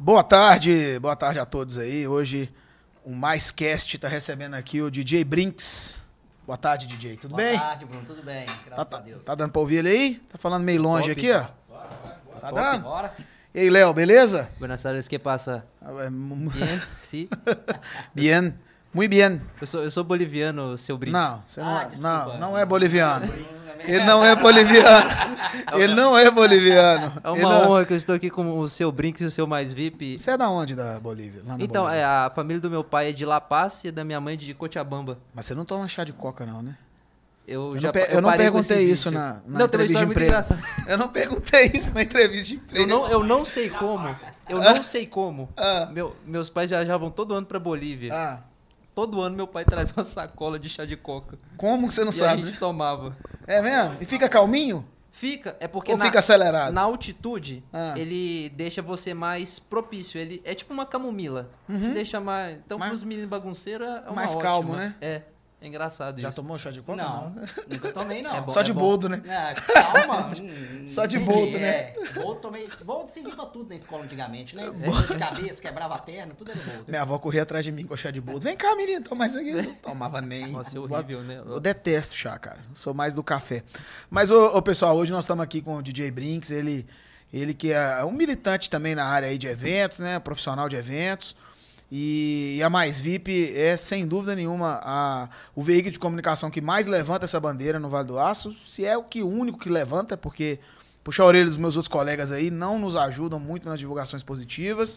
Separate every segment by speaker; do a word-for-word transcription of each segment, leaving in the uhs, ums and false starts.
Speaker 1: Boa tarde, boa tarde a todos aí. Hoje o Mais Cast tá recebendo aqui o D J Brinks. Boa tarde, D J. Tudo
Speaker 2: boa
Speaker 1: bem?
Speaker 2: Boa tarde, Bruno. Tudo bem, graças
Speaker 1: tá,
Speaker 2: a Deus.
Speaker 1: Tá dando pra ouvir ele aí? Tá falando meio longe
Speaker 2: Top,
Speaker 1: aqui, ó.
Speaker 2: Bora, bora, bora.
Speaker 1: Tá
Speaker 2: Top,
Speaker 1: dando?
Speaker 2: Bora.
Speaker 1: E aí, Léo, beleza?
Speaker 3: Buenas tardes, ¿qué pasa? Bien, sí.
Speaker 1: Bien, muito bien.
Speaker 3: Eu sou, eu sou boliviano, seu Brinks.
Speaker 1: Não, você não,
Speaker 2: Ah,
Speaker 1: é-
Speaker 2: desculpa.
Speaker 1: não, não é boliviano. Ele não é boliviano. Ele não é boliviano.
Speaker 3: É uma
Speaker 1: Ele não-
Speaker 3: honra que eu estou aqui com o seu Brinks e o seu Mais V I P.
Speaker 1: Você é da onde da Bolívia? Lá na
Speaker 3: Então,
Speaker 1: Bolívia.
Speaker 3: é, a família do meu pai é de La Paz e da minha mãe de Cochabamba.
Speaker 1: Mas você não toma chá de coca, não, né?
Speaker 3: Eu,
Speaker 1: Eu
Speaker 3: já
Speaker 1: não, pe- eu não
Speaker 3: parei com esse
Speaker 1: perguntei isso
Speaker 3: vício.
Speaker 1: na, na
Speaker 3: Não, tem uma
Speaker 1: entrevista de
Speaker 3: história muito
Speaker 1: emprego.
Speaker 3: engraçada.
Speaker 1: Eu não perguntei isso na entrevista de emprego.
Speaker 3: Eu não, eu não sei como. Eu não sei como. Meu, meus pais viajavam todo ano pra Bolívia.
Speaker 1: Ah,
Speaker 3: Todo ano meu pai traz uma sacola de chá de coca.
Speaker 1: como que você não
Speaker 3: e
Speaker 1: sabe?
Speaker 3: a gente
Speaker 1: né?
Speaker 3: tomava.
Speaker 1: É mesmo? E fica calminho?
Speaker 3: Fica, é porque
Speaker 1: Ou
Speaker 3: na,
Speaker 1: fica acelerado?
Speaker 3: na altitude,
Speaker 1: Ah.
Speaker 3: ele deixa você mais propício. Ele é tipo uma camomila.
Speaker 1: Uhum.
Speaker 3: Te deixa mais. Então,
Speaker 1: Mais-
Speaker 3: pros meninos bagunceiros é uma
Speaker 1: mais
Speaker 3: ótima.
Speaker 1: calmo, né?
Speaker 3: É. É engraçado
Speaker 1: Já
Speaker 3: isso.
Speaker 1: tomou chá de coca?
Speaker 2: Não,
Speaker 1: né?
Speaker 2: nunca tomei, não.
Speaker 3: É bom.
Speaker 1: Só de boldo, né?
Speaker 2: Ah, calma. hum,
Speaker 1: Só de
Speaker 2: hum,
Speaker 1: boldo,
Speaker 2: é,
Speaker 1: né?
Speaker 2: Boldo tomei. Boldo servia pra tudo na escola antigamente, né? Dor de cabeça, quebrava a perna, tudo era boldo.
Speaker 1: Minha avó corria atrás de mim com chá de boldo. Vem cá, menino, toma isso aqui. Eu não tomava nem.
Speaker 3: Nossa, é horrível, né?
Speaker 1: Eu detesto chá, cara. Sou mais do café. Mas, ô, ô, pessoal, hoje nós estamos aqui com o D J Brinks. Ele, ele que é um militante também na área aí de eventos, né? Profissional de eventos. E, e a Mais V I P é, sem dúvida nenhuma, a, o veículo de comunicação que mais levanta essa bandeira no Vale do Aço. Se é o que o único que levanta, porque puxar a orelha dos meus outros colegas aí não nos ajudam muito nas divulgações positivas.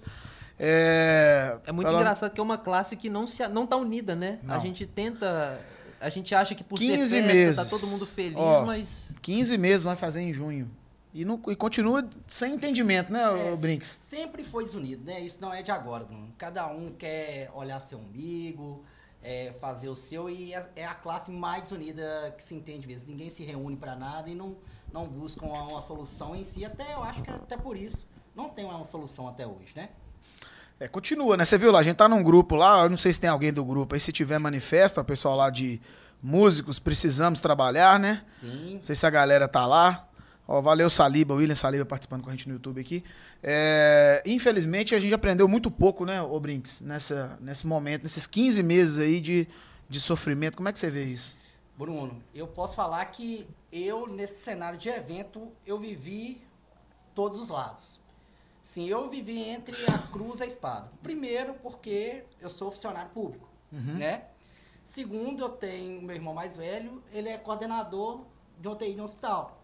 Speaker 1: É,
Speaker 3: É muito
Speaker 1: pela-
Speaker 3: engraçado que é uma classe que não, se, não tá unida, né?
Speaker 1: Não.
Speaker 3: A gente tenta. A gente acha que por ser
Speaker 1: quinze
Speaker 3: festa,
Speaker 1: meses.
Speaker 3: tá todo mundo feliz,
Speaker 1: Ó,
Speaker 3: mas.
Speaker 1: quinze meses vai fazer em junho. E, não, e continua sem entendimento, né,
Speaker 2: É,
Speaker 1: ô Brinks?
Speaker 2: Sempre foi desunido, né? Isso não é de agora, Bruno. Cada um quer olhar seu umbigo, é, fazer o seu, e é, é a classe mais desunida que se entende mesmo. Ninguém se reúne pra nada e não, não buscam uma, uma solução em si. Até eu acho que até por isso não tem uma solução até hoje, né?
Speaker 1: É, continua, né? Você viu lá, a gente tá num grupo lá, eu não sei se tem alguém do grupo aí, se tiver manifesta, o pessoal lá de músicos, precisamos trabalhar, né?
Speaker 2: Sim.
Speaker 1: Não sei se a galera tá lá. Ó, valeu, Saliba, William Saliba participando com a gente no YouTube aqui. É, infelizmente, a gente aprendeu muito pouco, né, ô Brinks, nessa, nesse momento, nesses quinze meses aí de, de sofrimento. Como é que você vê isso?
Speaker 2: Bruno, eu posso falar que eu, nesse cenário de evento, eu vivi todos os lados. Sim, eu vivi entre a cruz e a espada. Primeiro, porque eu sou funcionário público, né? Segundo, eu tenho meu irmão mais velho, ele é coordenador de U T I de um hospital.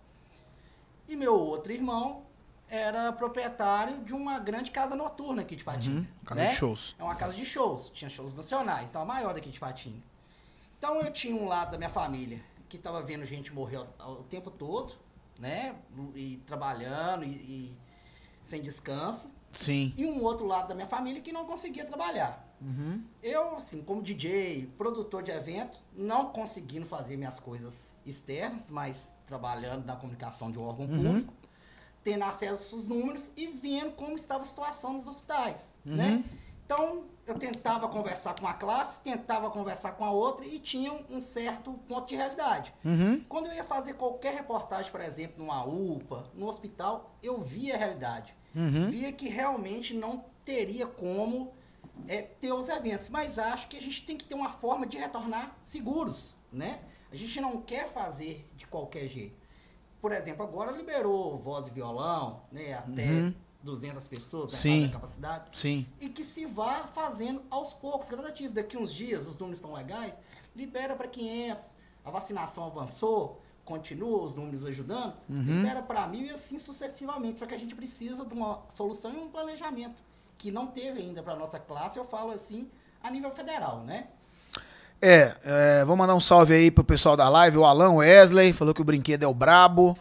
Speaker 2: E meu outro irmão era proprietário de uma grande casa noturna aqui de Patinho.
Speaker 1: Uhum, casa
Speaker 2: né?
Speaker 1: de shows.
Speaker 2: É uma casa de shows, tinha shows nacionais, então a maior daqui de Patinho. Então eu tinha um lado da minha família que estava vendo gente morrer o, o tempo todo, né? E trabalhando e, e sem descanso.
Speaker 1: Sim.
Speaker 2: E um outro lado da minha família que não conseguia trabalhar.
Speaker 1: Uhum.
Speaker 2: Eu, assim, como D J, produtor de evento, não conseguindo fazer minhas coisas externas, mas trabalhando na comunicação de um órgão
Speaker 1: Uhum.
Speaker 2: público, tendo acesso aos números e vendo como estava a situação nos hospitais,
Speaker 1: Uhum.
Speaker 2: né? Então, eu tentava conversar com a classe, tentava conversar com a outra e tinha um certo ponto de realidade.
Speaker 1: Uhum.
Speaker 2: Quando eu ia fazer qualquer reportagem, por exemplo, numa U P A, no hospital, eu via a realidade.
Speaker 1: Uhum.
Speaker 2: Via que realmente não teria como é, ter os eventos. Mas acho que a gente tem que ter uma forma de retornar seguros, né? A gente não quer fazer de qualquer jeito. Por exemplo, agora liberou voz e violão, né? Até
Speaker 1: Uhum.
Speaker 2: duzentas pessoas, né?
Speaker 1: Sim.
Speaker 2: Cada capacidade.
Speaker 1: Sim.
Speaker 2: E que se vá fazendo aos poucos, gradativo. Daqui uns dias, os números estão legais, libera para quinhentos, a vacinação avançou, continua os números ajudando,
Speaker 1: Uhum.
Speaker 2: libera para mil e assim sucessivamente. Só que a gente precisa de uma solução e um planejamento que não teve ainda para nossa classe, eu falo assim, a nível federal, né?
Speaker 1: É, é, vou mandar um salve aí pro pessoal da live, o Alan Wesley, falou que o brinquedo é o brabo.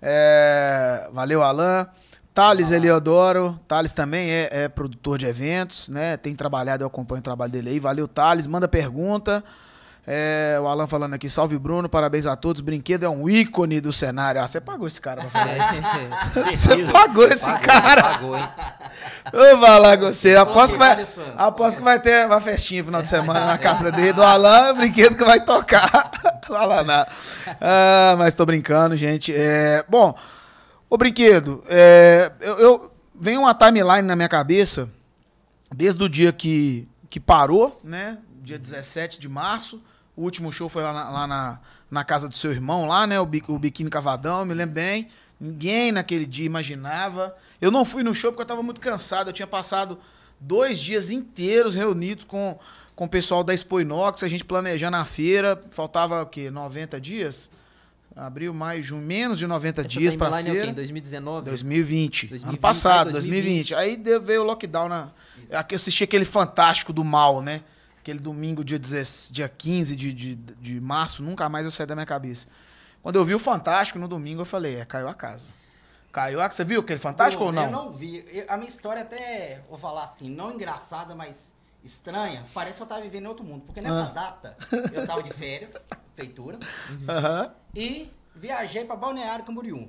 Speaker 1: É, valeu, Alan. Thales Eliodoro, Thales também é, é produtor de eventos, né? Tem trabalhado, eu acompanho o trabalho dele aí. Valeu, Thales, manda pergunta. É, o Alan falando aqui, salve Bruno, parabéns a todos. Brinquedo é um ícone do cenário. Ah, você pagou esse cara pra falar isso. Você pagou esse
Speaker 3: Pagou,
Speaker 1: cara.
Speaker 3: Pagou, hein?
Speaker 1: Ô, vai lá, você. Aposto que vai,
Speaker 2: vários fãs.
Speaker 1: aposto que vai ter uma festinha no final de semana na casa dele, do Alan, brinquedo que vai tocar. Vai lá, não. Ah, mas tô brincando, gente. É, bom, ô, brinquedo, é, eu, eu vem uma timeline na minha cabeça, desde o dia que, que parou, né? Dia dezessete de março. O último show foi lá na, lá na, na casa do seu irmão, lá, né? O, o Biquíni Cavadão, eu me lembro bem. Ninguém naquele dia imaginava. Eu não fui no show porque eu estava muito cansado. Eu tinha passado dois dias inteiros reunidos com, com o pessoal da Expo Inox, a gente planejando a feira. Faltava o quê? noventa dias? Abril, maio, junho, menos de noventa
Speaker 3: Essa
Speaker 1: dias para a
Speaker 3: timeline é o
Speaker 1: feira.
Speaker 3: quê? Em dois mil e dezenove?
Speaker 1: dois mil e vinte.
Speaker 3: dois mil e
Speaker 1: Ano
Speaker 3: vinte,
Speaker 1: passado,
Speaker 3: ah,
Speaker 1: dois mil e vinte. Aí deu- veio o lockdown na. Aqui eu assisti aquele Fantástico do Mal, né? Aquele domingo, dia, dezesseis, dia quinze de, de, de março, nunca mais eu saí da minha cabeça. Quando eu vi o Fantástico no domingo, eu falei, é, caiu a casa. Caiu a casa. Você viu aquele Fantástico
Speaker 2: Pô,
Speaker 1: ou não?
Speaker 2: Eu não vi. Eu- a minha história até, vou falar assim, não engraçada, mas estranha. Parece que eu tava vivendo em outro mundo. Porque nessa
Speaker 1: Ah.
Speaker 2: data, eu tava de férias, feitura,
Speaker 1: Aham.
Speaker 2: e viajei pra Balneário Camboriú.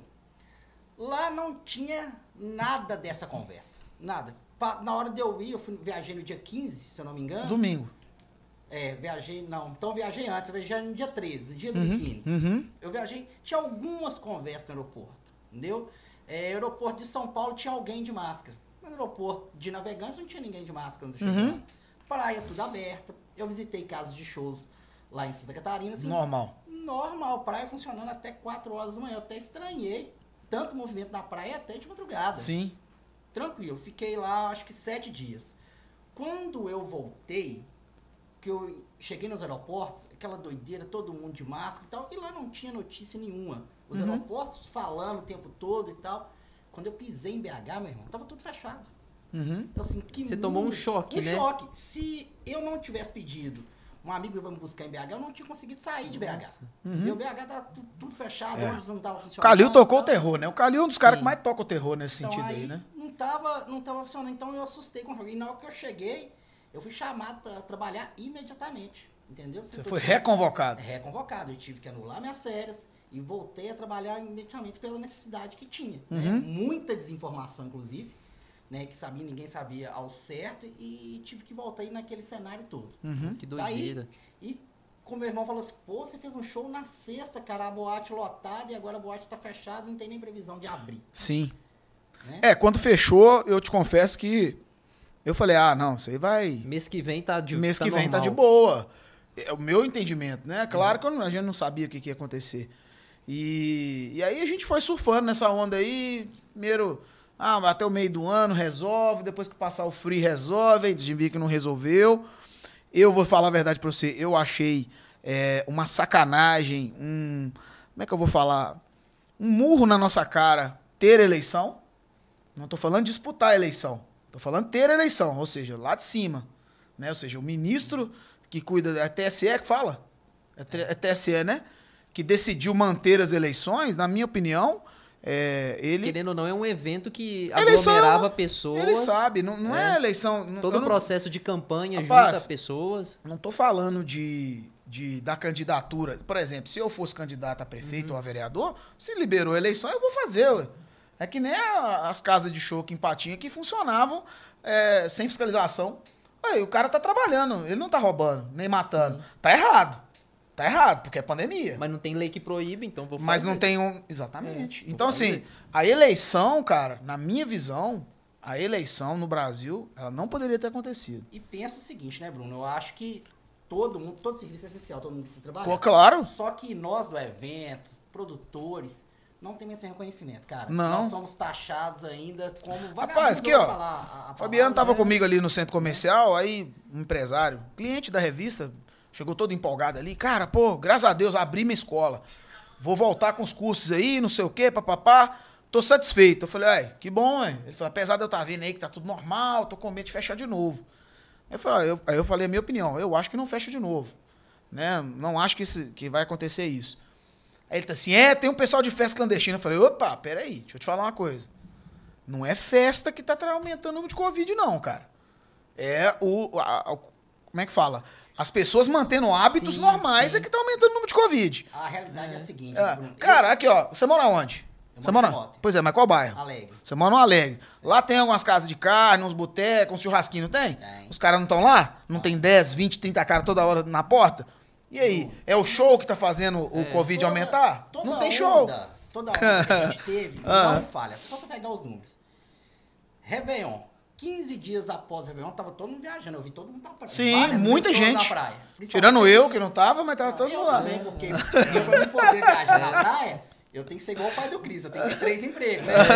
Speaker 2: Lá não tinha nada dessa conversa. Nada. Pa- Na hora de eu ir, eu fui, viajei no dia quinze, se eu não me engano.
Speaker 1: Domingo.
Speaker 2: É, viajei, não. Então eu viajei antes, eu viajei no dia treze, no dia do biquíni.
Speaker 1: Uhum.
Speaker 2: Eu viajei, tinha algumas conversas no aeroporto, entendeu? É, aeroporto de São Paulo tinha alguém de máscara. No aeroporto de Navegantes não tinha ninguém de máscara quando eu cheguei
Speaker 1: Uhum.
Speaker 2: lá. Praia tudo aberta. Eu visitei casas de shows lá em Santa Catarina, assim,
Speaker 1: Normal.
Speaker 2: normal, praia funcionando até quatro horas da manhã. Eu até estranhei tanto movimento na praia até de madrugada.
Speaker 1: Sim.
Speaker 2: Tranquilo, fiquei lá acho que sete dias. Quando eu voltei, que eu cheguei nos aeroportos, aquela doideira, todo mundo de máscara e tal, e lá não tinha notícia nenhuma. Os
Speaker 1: Uhum.
Speaker 2: aeroportos falando o tempo todo e tal. Quando eu pisei em B H, meu irmão, tava tudo fechado.
Speaker 1: Uhum.
Speaker 2: Eu, assim, que
Speaker 3: Você tomou um
Speaker 2: mundo-
Speaker 3: choque,
Speaker 2: um
Speaker 3: né?
Speaker 2: choque. Se eu não tivesse pedido um amigo meu pra me buscar em B H, eu não tinha conseguido sair de B H. Entendeu? B H tá tudo, tudo fechado,
Speaker 1: É.
Speaker 2: ônibus não tava
Speaker 1: O
Speaker 2: funcionando.
Speaker 1: Calil tocou o
Speaker 2: tal.
Speaker 1: terror, né? O Calil é um dos caras
Speaker 3: Sim.
Speaker 1: que mais toca o terror nesse
Speaker 2: Então,
Speaker 1: sentido
Speaker 2: aí,
Speaker 1: aí, né?
Speaker 2: Não tava, não tava funcionando. Então eu assustei com o jogo. E na hora que eu cheguei, eu fui chamado para trabalhar imediatamente. Entendeu?
Speaker 1: Você foi reconvocado.
Speaker 2: reconvocado. Eu tive que anular minhas férias e voltei a trabalhar imediatamente pela necessidade que tinha.
Speaker 1: Uhum.
Speaker 2: Né? Muita desinformação, inclusive, né? Que sabia, ninguém sabia ao certo. E tive que voltar aí naquele cenário todo.
Speaker 1: Uhum.
Speaker 3: Que
Speaker 2: Daí,
Speaker 3: doideira.
Speaker 2: e como meu irmão falou assim, pô, você fez um show na sexta, cara, a boate lotada e agora a boate tá fechada, não tem nem previsão de abrir.
Speaker 1: Sim.
Speaker 2: Né?
Speaker 1: É, quando fechou, eu te confesso que eu falei, ah, não, você vai...
Speaker 3: Mês que vem tá de
Speaker 1: Mês
Speaker 3: tá
Speaker 1: que vem tá
Speaker 3: normal.
Speaker 1: de boa. É o meu entendimento, né? Claro que eu não- a gente não sabia o que, que ia acontecer. E, e aí a gente foi surfando nessa onda aí. Primeiro, ah, até o meio do ano resolve. Depois que passar o free resolve. Aí a gente viu que não resolveu. Eu vou falar a verdade pra você. Eu achei é, uma sacanagem, um... Como é que eu vou falar? Um murro na nossa cara ter eleição. Não tô falando de disputar a eleição. Tô falando ter eleição, ou seja, lá de cima. Né? Ou seja, o ministro que cuida... É T S E que fala? É, T- é T S E, né? Que decidiu manter as eleições, na minha opinião, é, ele...
Speaker 3: Querendo ou não, é um evento que
Speaker 1: Eleição,
Speaker 3: aglomerava pessoas.
Speaker 1: Ele sabe, não, não é,
Speaker 3: É.
Speaker 1: eleição... não-
Speaker 3: Todo
Speaker 1: eu
Speaker 3: o
Speaker 1: não-
Speaker 3: processo de campanha
Speaker 1: Rapaz,
Speaker 3: junta pessoas.
Speaker 1: Não tô falando de, de da candidatura. Por exemplo, se eu fosse candidato a prefeito
Speaker 3: Uhum.
Speaker 1: ou a vereador, se liberou a eleição, eu vou fazer, ué. É que nem a- as casas de show aqui em Patinha que funcionavam é, sem fiscalização. Ué, o cara tá trabalhando, ele não tá roubando, nem matando. Tá errado. Tá errado, porque é pandemia.
Speaker 3: Mas não tem lei que proíbe, então vou fazer.
Speaker 1: Mas não tem um... Exatamente.
Speaker 3: É,
Speaker 1: então,
Speaker 3: vou
Speaker 1: assim,
Speaker 3: fazer.
Speaker 1: a eleição, cara, na minha visão, a eleição no Brasil, ela não poderia ter acontecido.
Speaker 2: E pensa o seguinte, né, Bruno? Eu acho que todo mundo, todo serviço é essencial, todo mundo precisa trabalhar.
Speaker 1: Pô, claro.
Speaker 2: Só que nós do evento, produtores, não temos esse reconhecimento, cara.
Speaker 1: Não.
Speaker 2: Nós somos taxados ainda como
Speaker 1: Rapaz,
Speaker 2: vagabundo,
Speaker 1: aqui,
Speaker 2: eu vou
Speaker 1: ó,
Speaker 2: falar a- a
Speaker 1: Fabiano
Speaker 2: palavra,
Speaker 1: tava
Speaker 2: né?
Speaker 1: comigo ali no centro comercial, aí um empresário, cliente da revista, chegou todo empolgado ali. Cara, pô, graças a Deus, abri minha escola. Vou voltar com os cursos aí, não sei o quê, papapá. Tô satisfeito. Eu falei, ai, que bom, hein? Ele falou, apesar de eu estar vendo aí que tá tudo normal, tô com medo de fechar de novo. Aí eu falei, ah, eu, aí eu falei a minha opinião, eu acho que não fecha de novo. Né? Não acho que, isso- que vai acontecer isso. Aí ele tá assim, é, tem um pessoal de festa clandestina. Eu falei, opa, peraí, deixa eu te falar uma coisa. Não é festa que tá tra- aumentando o número de Covid, não, cara. É o... a- a- como é que fala? As pessoas mantendo hábitos
Speaker 3: Sim,
Speaker 1: normais
Speaker 3: sim.
Speaker 1: é que tá aumentando o número de Covid.
Speaker 2: A realidade é, a seguinte,
Speaker 1: É,
Speaker 2: Bruno.
Speaker 1: cara, aqui, ó. Você mora onde?
Speaker 2: Eu
Speaker 1: Você
Speaker 2: moro
Speaker 1: mora...
Speaker 2: em Mote.
Speaker 1: Pois é, mas qual bairro?
Speaker 2: Eu, Alegre.
Speaker 1: Você mora no Alegre. Lá tem algumas casas de carne, uns botecos, uns churrasquinhos, não tem?
Speaker 2: Tem.
Speaker 1: Os caras não estão lá? Não tem dez, vinte, trinta caras toda hora na porta? E aí? É o show que tá fazendo o
Speaker 3: É.
Speaker 1: Covid
Speaker 2: Toda-
Speaker 1: aumentar?
Speaker 2: toda
Speaker 1: Não tem show.
Speaker 2: onda, Toda onda que a gente teve,
Speaker 1: Ah.
Speaker 2: não falha. Só você pegar os números. Réveillon. quinze dias após o Réveillon, tava todo mundo viajando. Eu vi todo mundo na praia.
Speaker 1: Sim,
Speaker 2: Várias
Speaker 1: muita
Speaker 2: pessoas
Speaker 1: gente.
Speaker 2: Na praia.
Speaker 1: Tirando eu, que não tava, mas tava
Speaker 2: Não,
Speaker 1: todo
Speaker 2: eu
Speaker 1: mundo lá.
Speaker 2: também, porque eu, pra mim poder viajar na praia, eu tenho que ser igual o pai do Cris, eu tenho que ter três empregos, né?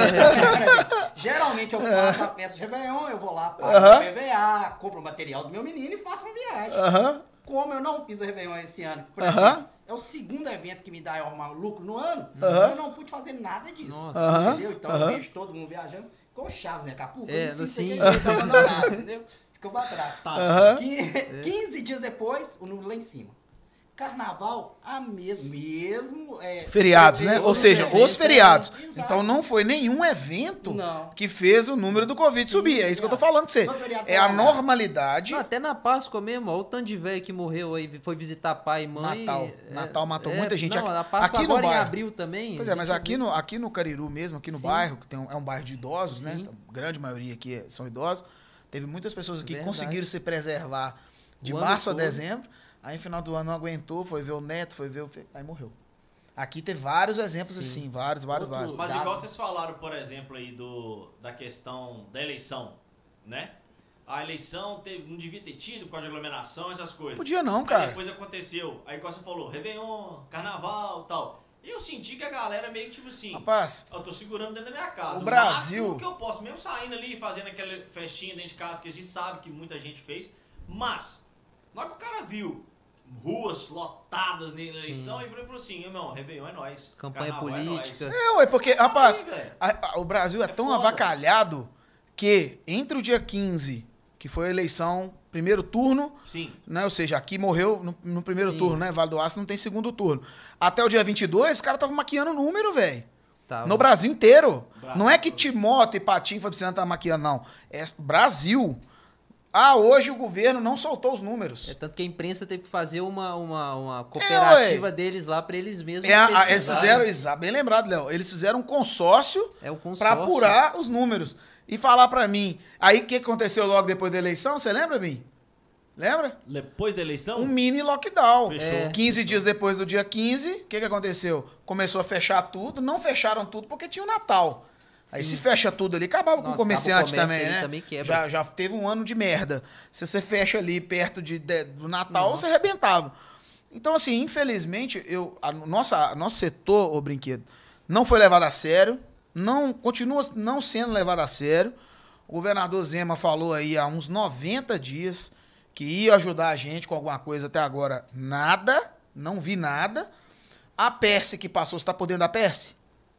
Speaker 2: Geralmente eu faço a festa de Réveillon, eu vou lá, pago
Speaker 1: Aham.
Speaker 2: o P V A, compro o material do meu menino e faço uma viagem.
Speaker 1: Aham.
Speaker 2: Como eu não fiz o Réveillon esse ano, por
Speaker 1: Aham.
Speaker 2: exemplo, é o segundo evento que me dá um lucro no ano,
Speaker 1: Aham.
Speaker 2: eu não pude fazer nada disso.
Speaker 3: Nossa.
Speaker 1: Aham.
Speaker 2: Entendeu? Então
Speaker 1: Aham.
Speaker 2: eu vejo todo mundo viajando com o Chaves, né? Acapulco,
Speaker 3: É,
Speaker 2: eu me sinto
Speaker 3: assim.
Speaker 2: daquele jeito abandonado, entendeu? Ficou pra trás.
Speaker 1: Aham.
Speaker 2: Que- quinze dias depois, o número lá em cima. Carnaval, a mesmo, mesmo... É,
Speaker 1: Feriados, né?
Speaker 2: todos
Speaker 1: Ou seja,
Speaker 2: eventos,
Speaker 1: os feriados.
Speaker 2: é, exato.
Speaker 1: Então não foi nenhum evento
Speaker 2: Não.
Speaker 1: que fez o número do Covid subir. É isso que eu tô falando com você.
Speaker 2: Todo feriado
Speaker 1: É a
Speaker 2: tem uma-
Speaker 1: normalidade.
Speaker 3: Não, até na Páscoa mesmo, ó, o tanto de velho que morreu aí, foi visitar pai e mãe.
Speaker 1: Natal.
Speaker 3: é,
Speaker 1: Natal matou
Speaker 3: é,
Speaker 1: muita gente.
Speaker 3: Não,
Speaker 1: Aqui-
Speaker 3: na Páscoa
Speaker 1: aqui no
Speaker 3: agora em
Speaker 1: bairro.
Speaker 3: abril também.
Speaker 1: Pois é, mas
Speaker 3: a gente
Speaker 1: aqui no, aqui no Cariru mesmo, aqui no
Speaker 3: Sim.
Speaker 1: bairro, que tem um- é um bairro de idosos, né?
Speaker 3: Sim.
Speaker 1: A grande maioria aqui é- são idosos. Teve muitas pessoas aqui que
Speaker 3: Verdade.
Speaker 1: conseguiram se preservar de
Speaker 3: O ano
Speaker 1: março a
Speaker 3: todo.
Speaker 1: dezembro. Aí no final do ano não aguentou, foi ver o neto, foi ver o... fi- Aí morreu. Aqui teve vários exemplos
Speaker 3: Sim.
Speaker 1: assim, vários, vários,
Speaker 2: Outro-
Speaker 1: vários.
Speaker 4: Mas
Speaker 2: Dado.
Speaker 4: igual vocês falaram, por exemplo, aí do, da questão da eleição, né? A eleição teve, não devia ter tido por causa de aglomeração, essas coisas.
Speaker 1: Podia não,
Speaker 4: Aí
Speaker 1: cara.
Speaker 4: depois aconteceu. Aí igual você falou, Réveillon, Carnaval e tal. E eu senti que a galera meio que tipo assim,
Speaker 1: Rapaz,
Speaker 4: eu tô segurando dentro da minha casa.
Speaker 1: O Brasil-
Speaker 4: máximo que eu posso, mesmo saindo ali, fazendo aquela festinha dentro de casa que a gente sabe que muita gente fez. Mas, na hora que o cara viu ruas lotadas na eleição, ele falou assim, irmão, Réveillon é nóis.
Speaker 3: Campanha
Speaker 4: Carnaval é
Speaker 3: política.
Speaker 4: nóis.
Speaker 1: é, ué, porque, rapaz,
Speaker 4: aí, velho.
Speaker 1: a- a- o Brasil é,
Speaker 4: É
Speaker 1: tão
Speaker 4: foda.
Speaker 1: avacalhado que entre o dia quinze, que foi a eleição, primeiro turno,
Speaker 4: Sim.
Speaker 1: né? Ou seja, aqui morreu no, no primeiro
Speaker 3: Sim.
Speaker 1: turno, né? Vale do Aço não tem segundo turno. Até o dia vinte e dois, os caras estavam maquiando o número, velho.
Speaker 3: Tava.
Speaker 1: No Brasil inteiro.
Speaker 4: Brasil.
Speaker 1: Não é que Timóteo e Patinho foi precisando estar maquiando, não. É Brasil. Ah, hoje o governo não soltou os números.
Speaker 3: É tanto que a imprensa teve que fazer uma, uma, uma cooperativa deles lá pra eles mesmos.
Speaker 1: É, a- a-
Speaker 3: pesquisarem.
Speaker 1: eles fizeram, exa- bem lembrado, Léo, eles fizeram um consórcio
Speaker 3: É o consórcio.
Speaker 1: para apurar os números e falar para mim. Aí o que aconteceu logo depois da eleição? Você lembra, mim? Lembra?
Speaker 4: Depois da eleição?
Speaker 1: Um mini lockdown.
Speaker 4: Fechou.
Speaker 3: É.
Speaker 1: quinze dias depois do dia quinze, o que, que aconteceu? Começou a fechar tudo, não fecharam tudo porque tinha o Natal. Aí se fecha tudo ali, acabava com o
Speaker 3: Nossa,
Speaker 1: comerciante
Speaker 3: acaba o
Speaker 1: também,
Speaker 3: comércio ali
Speaker 1: né?
Speaker 3: também quebra.
Speaker 1: já, já teve um ano de merda. Se você fecha ali perto de, de- do Natal, você arrebentava. Então, assim, infelizmente, eu, a nossa, nosso setor, o brinquedo, não foi levado a sério, não continua não sendo levado a sério. O governador Zema falou aí há uns noventa dias que ia ajudar a gente com alguma coisa, até agora nada, não vi nada. A Perse que passou, você está por dentro da Perse?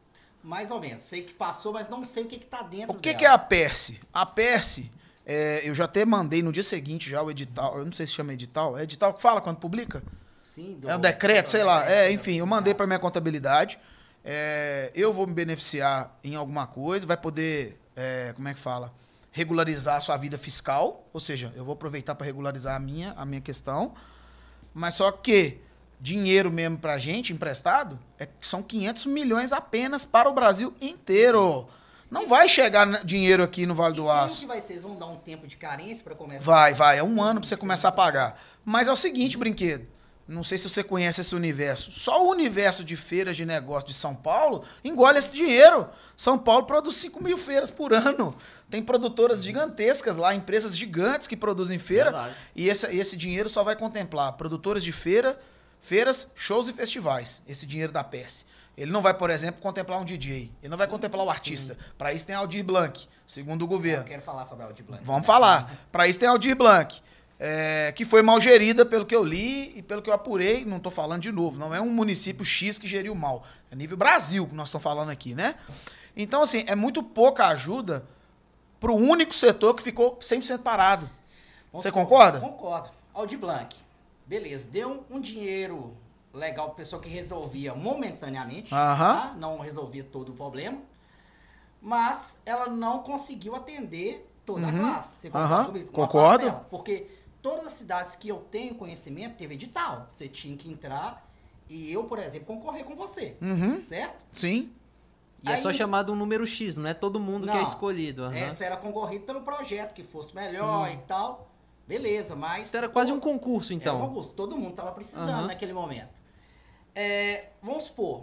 Speaker 2: Mais ou menos. Sei que passou, mas não sei o que, que tá dentro
Speaker 1: O que,
Speaker 2: dela.
Speaker 1: que é a Perse? A Perse, é, eu já até mandei no dia seguinte já o edital, eu não sei se chama edital, é edital que fala quando publica?
Speaker 2: Sim, do-
Speaker 1: É um decreto,
Speaker 2: do
Speaker 1: sei lá.
Speaker 2: decreto,
Speaker 1: É,
Speaker 2: do-
Speaker 1: enfim, eu mandei para minha contabilidade. É, eu vou me beneficiar em alguma coisa, vai poder, é, como é que fala? Regularizar a sua vida fiscal, ou seja, eu vou aproveitar para regularizar a minha, a minha questão. Mas só que dinheiro mesmo pra gente emprestado é, são quinhentos milhões apenas para o Brasil inteiro. Não vai chegar na- dinheiro aqui no Vale
Speaker 2: E
Speaker 1: do
Speaker 2: como
Speaker 1: Aço.
Speaker 2: que vai ser? Eles vão dar um tempo de carência para começar?
Speaker 1: Vai, vai. É um ano pra você começar a pagar. Mas é o seguinte, brinquedo. Não sei se você conhece esse universo. Só o universo de feiras de negócio de São Paulo engole esse dinheiro. São Paulo produz cinco mil feiras por ano. Tem produtoras gigantescas lá, empresas gigantes que produzem feira.
Speaker 4: Verdade.
Speaker 1: E esse, esse dinheiro só vai contemplar produtoras de feira, feiras, shows e festivais. Esse dinheiro da P E S. Ele não vai, por exemplo, contemplar um D J. Ele não vai contemplar o artista. Para isso tem Aldir Blanc, segundo o
Speaker 2: Eu
Speaker 1: governo.
Speaker 2: quero falar sobre a Aldir Blanc.
Speaker 1: Vamos falar. Para isso tem a Aldir Blanc, é, que foi mal gerida pelo que eu li e pelo que eu apurei. Não estou falando de novo. Não é um município X que geriu mal. É nível Brasil que nós estamos falando aqui, né? Então, assim, é muito pouca ajuda para o único setor que ficou cem por cento parado.
Speaker 2: Vamos
Speaker 1: Você
Speaker 2: supor-
Speaker 1: concorda?
Speaker 2: Concordo. Aldir Blanc. Beleza, deu um dinheiro legal para pessoa que resolvia momentaneamente,
Speaker 1: Aham.
Speaker 2: tá? Não resolvia todo o problema, mas ela não conseguiu atender toda a classe. Você concorda
Speaker 1: Aham,
Speaker 2: comigo? Uma
Speaker 1: concordo.
Speaker 2: parcela. Porque todas as cidades que eu tenho conhecimento teve edital. Você tinha que entrar e eu, por exemplo, concorrer com você,
Speaker 1: Uhum.
Speaker 2: certo?
Speaker 1: Sim.
Speaker 3: E é só
Speaker 2: Aí-
Speaker 3: chamado um número X, não é todo mundo que é
Speaker 2: Não.
Speaker 3: escolhido. aham.
Speaker 2: Essa era concorrido pelo projeto que fosse melhor e tal. Beleza, mas...
Speaker 3: Isso era quase um concurso,
Speaker 2: Era um
Speaker 3: então.
Speaker 2: concurso, todo mundo estava precisando
Speaker 3: Aham.
Speaker 2: naquele momento. É, vamos supor,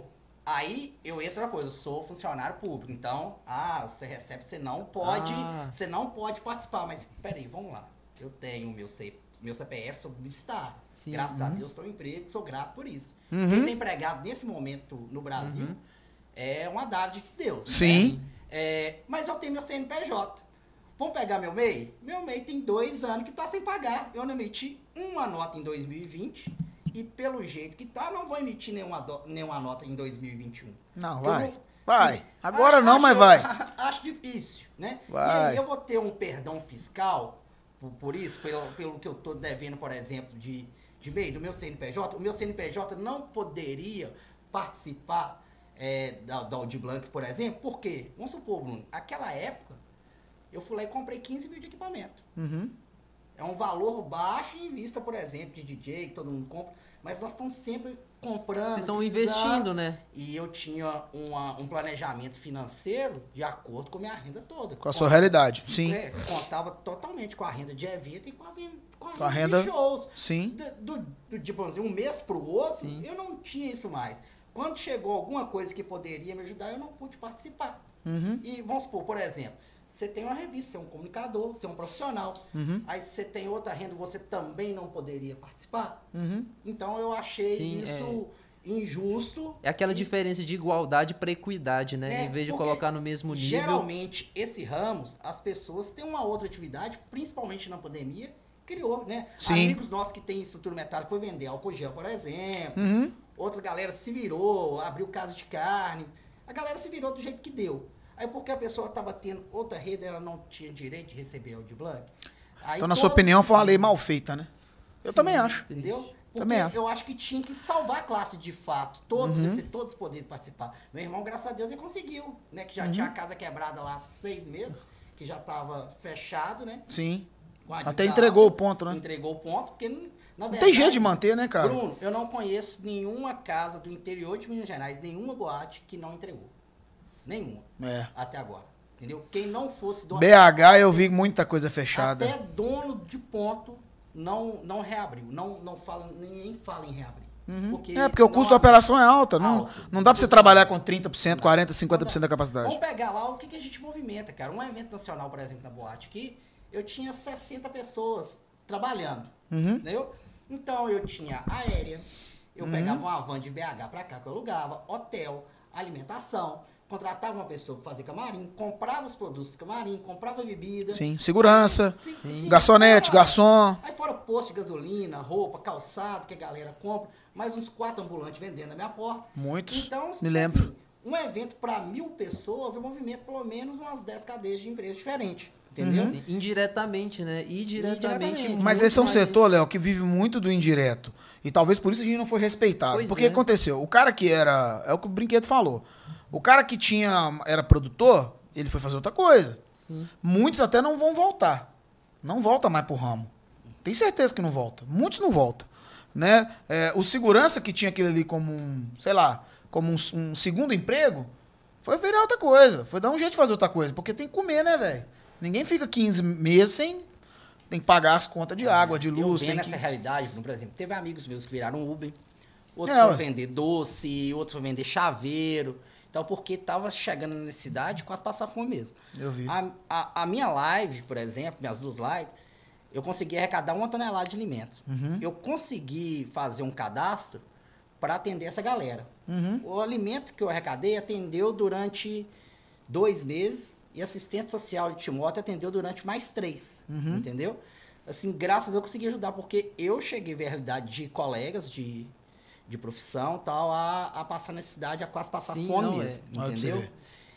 Speaker 2: Aí eu entro na coisa, eu sou funcionário público, então, ah, você recebe, você não pode,
Speaker 3: Ah.
Speaker 2: você não pode participar, mas peraí, vamos lá. Eu tenho meu, C, meu C P F, sou publicitário.
Speaker 3: Sim.
Speaker 2: Graças a
Speaker 1: Uhum.
Speaker 2: Deus, estou em emprego, sou grato por isso.
Speaker 1: Uhum.
Speaker 2: Quem tem empregado nesse momento no Brasil
Speaker 3: Uhum.
Speaker 2: é uma dádiva de Deus.
Speaker 1: Sim.
Speaker 2: Né? É, mas eu tenho meu C N P J. Vamos pegar meu M E I? Meu M E I tem dois anos que está sem pagar. Eu não emiti uma nota em dois mil e vinte e pelo jeito que tá, não vou emitir nenhuma, do, nenhuma nota em dois mil e vinte e um.
Speaker 1: Não,
Speaker 2: Porque eu
Speaker 1: vai.
Speaker 2: não-
Speaker 1: Vai.
Speaker 2: sim,
Speaker 1: Agora
Speaker 2: acho-
Speaker 1: não,
Speaker 2: acho-
Speaker 1: mas vai.
Speaker 2: Acho difícil, né? E
Speaker 1: Vai.
Speaker 2: aí eu vou ter um perdão fiscal por, por isso, pelo, pelo que eu tô devendo, por exemplo, de, de M E I, do meu C N P J. O meu C N P J não poderia participar é, da, da Audi Blanc, por exemplo, por quê? Vamos supor, Bruno, aquela época, eu fui lá e comprei quinze mil de equipamento.
Speaker 1: Uhum.
Speaker 2: É um valor baixo em vista, por exemplo, de D J, que todo mundo compra, mas nós estamos sempre comprando.
Speaker 3: Vocês estão
Speaker 2: utilizando.
Speaker 3: investindo, né?
Speaker 2: E eu tinha uma- um planejamento financeiro de acordo com a minha renda toda.
Speaker 1: Com a sua realidade. Sim.
Speaker 2: É, contava totalmente com a renda de evento e com a, ven- com a
Speaker 1: Com a
Speaker 2: renda,
Speaker 1: renda-
Speaker 2: de shows.
Speaker 1: Sim.
Speaker 2: Do, do, do, tipo assim, um mês pro outro,
Speaker 3: Sim.
Speaker 2: eu não tinha isso mais. Quando chegou alguma coisa que poderia me ajudar, eu não pude participar.
Speaker 1: Uhum.
Speaker 2: E vamos supor, por exemplo, você tem uma revista, você é um comunicador, você é um profissional.
Speaker 1: Uhum.
Speaker 2: Aí você tem outra renda, você também não poderia participar.
Speaker 1: Uhum.
Speaker 2: Então eu achei
Speaker 3: Sim,
Speaker 2: isso injusto.
Speaker 3: É aquela
Speaker 2: e,
Speaker 3: diferença de igualdade para equidade, né?
Speaker 2: É,
Speaker 3: em vez de
Speaker 2: porque
Speaker 3: colocar no mesmo nível.
Speaker 2: Geralmente, esse ramos, as pessoas têm uma outra atividade, principalmente na pandemia, criou, né?
Speaker 1: Sim.
Speaker 2: Amigos nossos que têm estrutura metálica foi vender álcool gel, por exemplo.
Speaker 1: Uhum.
Speaker 2: Outras galera se virou, abriu casa de carne. A galera se virou do jeito que deu. Aí porque a pessoa estava tendo outra rede, ela não tinha direito de receber o de Blanc. Aí
Speaker 1: Então, na sua
Speaker 2: todos-
Speaker 1: opinião, foi uma lei mal feita, né? Eu
Speaker 2: Sim,
Speaker 1: também acho.
Speaker 2: Entendeu? Porque
Speaker 1: Também acho.
Speaker 2: eu acho que tinha que salvar a classe de fato. Todos,
Speaker 1: Uhum.
Speaker 2: esse- todos poderem participar. Meu irmão, graças a Deus, ele conseguiu, né? Que já
Speaker 1: Uhum.
Speaker 2: tinha a casa quebrada lá há seis meses, que já estava fechado, né?
Speaker 1: Sim.
Speaker 2: Com a
Speaker 1: Até
Speaker 2: dívida
Speaker 1: entregou o
Speaker 2: alta,
Speaker 1: ponto, né?
Speaker 2: Entregou o ponto, porque, na
Speaker 1: Não
Speaker 2: verdade...
Speaker 1: tem jeito de manter, né, cara?
Speaker 2: Bruno, eu não conheço nenhuma casa do interior de Minas Gerais, nenhuma boate que não entregou. Nenhuma,
Speaker 1: É.
Speaker 2: até agora. Entendeu? Quem não fosse dono...
Speaker 1: B H eu vi muita coisa fechada.
Speaker 2: Até dono de ponto não, não reabriu. Não, não fala, ninguém fala em reabrir. Porque
Speaker 1: É, porque o
Speaker 2: não
Speaker 1: custo da
Speaker 2: abriu.
Speaker 1: operação é alta. Não,
Speaker 2: Alto.
Speaker 1: não dá pra você trabalhar com trinta por cento, quarenta por cento, cinquenta por cento da capacidade.
Speaker 2: Vamos pegar lá o que, que a gente movimenta, cara. Um evento nacional, por exemplo, na boate aqui, eu tinha sessenta pessoas trabalhando.
Speaker 1: Uhum.
Speaker 2: Entendeu? Então eu tinha aérea, eu
Speaker 1: Uhum.
Speaker 2: pegava uma van de B H pra cá que eu alugava, hotel, alimentação, contratava uma pessoa pra fazer camarim, comprava os produtos do camarim, comprava bebida.
Speaker 1: Sim. Segurança,
Speaker 2: Sim,
Speaker 3: Sim.
Speaker 2: sim,
Speaker 1: garçonete,
Speaker 2: fora-
Speaker 1: garçom.
Speaker 2: Aí fora posto de gasolina, roupa, calçado que a galera compra, mais uns quatro ambulantes vendendo na minha porta.
Speaker 1: Muitos.
Speaker 2: Então,
Speaker 1: Me lembro.
Speaker 2: assim, um evento para mil pessoas, eu movimento pelo menos umas dez cadeias de empresas diferentes. Entendeu?
Speaker 1: Uhum.
Speaker 3: Sim, indiretamente, né? E diretamente.
Speaker 2: Indiretamente.
Speaker 1: Mas
Speaker 3: muito
Speaker 1: esse é um
Speaker 3: mais-
Speaker 1: setor, Léo, que vive muito do indireto. E talvez por isso a gente não foi respeitado.
Speaker 3: Pois
Speaker 1: Porque
Speaker 3: é.
Speaker 1: aconteceu? O cara que era. É o que o Brinquedo falou. O cara que tinha era produtor, ele foi fazer outra coisa.
Speaker 3: Sim.
Speaker 1: Muitos até não vão voltar. Não volta mais pro ramo. Tem certeza que não volta. Muitos não voltam. Né? É, o segurança que tinha aquilo ali como um, sei lá, como um, um segundo emprego, foi virar outra coisa. Foi dar um jeito de fazer outra coisa. Porque tem que comer, né, velho? Ninguém fica quinze meses sem. Tem que pagar as contas de água, de luz.
Speaker 2: Eu
Speaker 1: Tem
Speaker 2: vendo
Speaker 1: que...
Speaker 2: essa realidade, por exemplo, teve amigos meus que viraram Uber, outros
Speaker 1: É,
Speaker 2: foram
Speaker 1: ué.
Speaker 2: vender doce, outros foram vender chaveiro. Então, porque tava chegando na necessidade, quase passar fome mesmo.
Speaker 1: Eu vi.
Speaker 2: A, a, a minha live, por exemplo, minhas duas lives, eu consegui arrecadar uma tonelada de alimento.
Speaker 1: Uhum.
Speaker 2: Eu consegui fazer um cadastro para atender essa galera.
Speaker 1: Uhum.
Speaker 2: O alimento que eu arrecadei atendeu durante dois meses e assistência social de Timóteo atendeu durante mais três,
Speaker 1: Uhum.
Speaker 2: entendeu? Assim, graças a Deus eu consegui ajudar, porque eu cheguei a ver a realidade de colegas de, de profissão tal, a, a passar necessidade, a quase passar
Speaker 3: Sim,
Speaker 2: fome
Speaker 3: não, é.
Speaker 2: mesmo,
Speaker 1: Olha pra você
Speaker 2: entendeu?
Speaker 1: ver.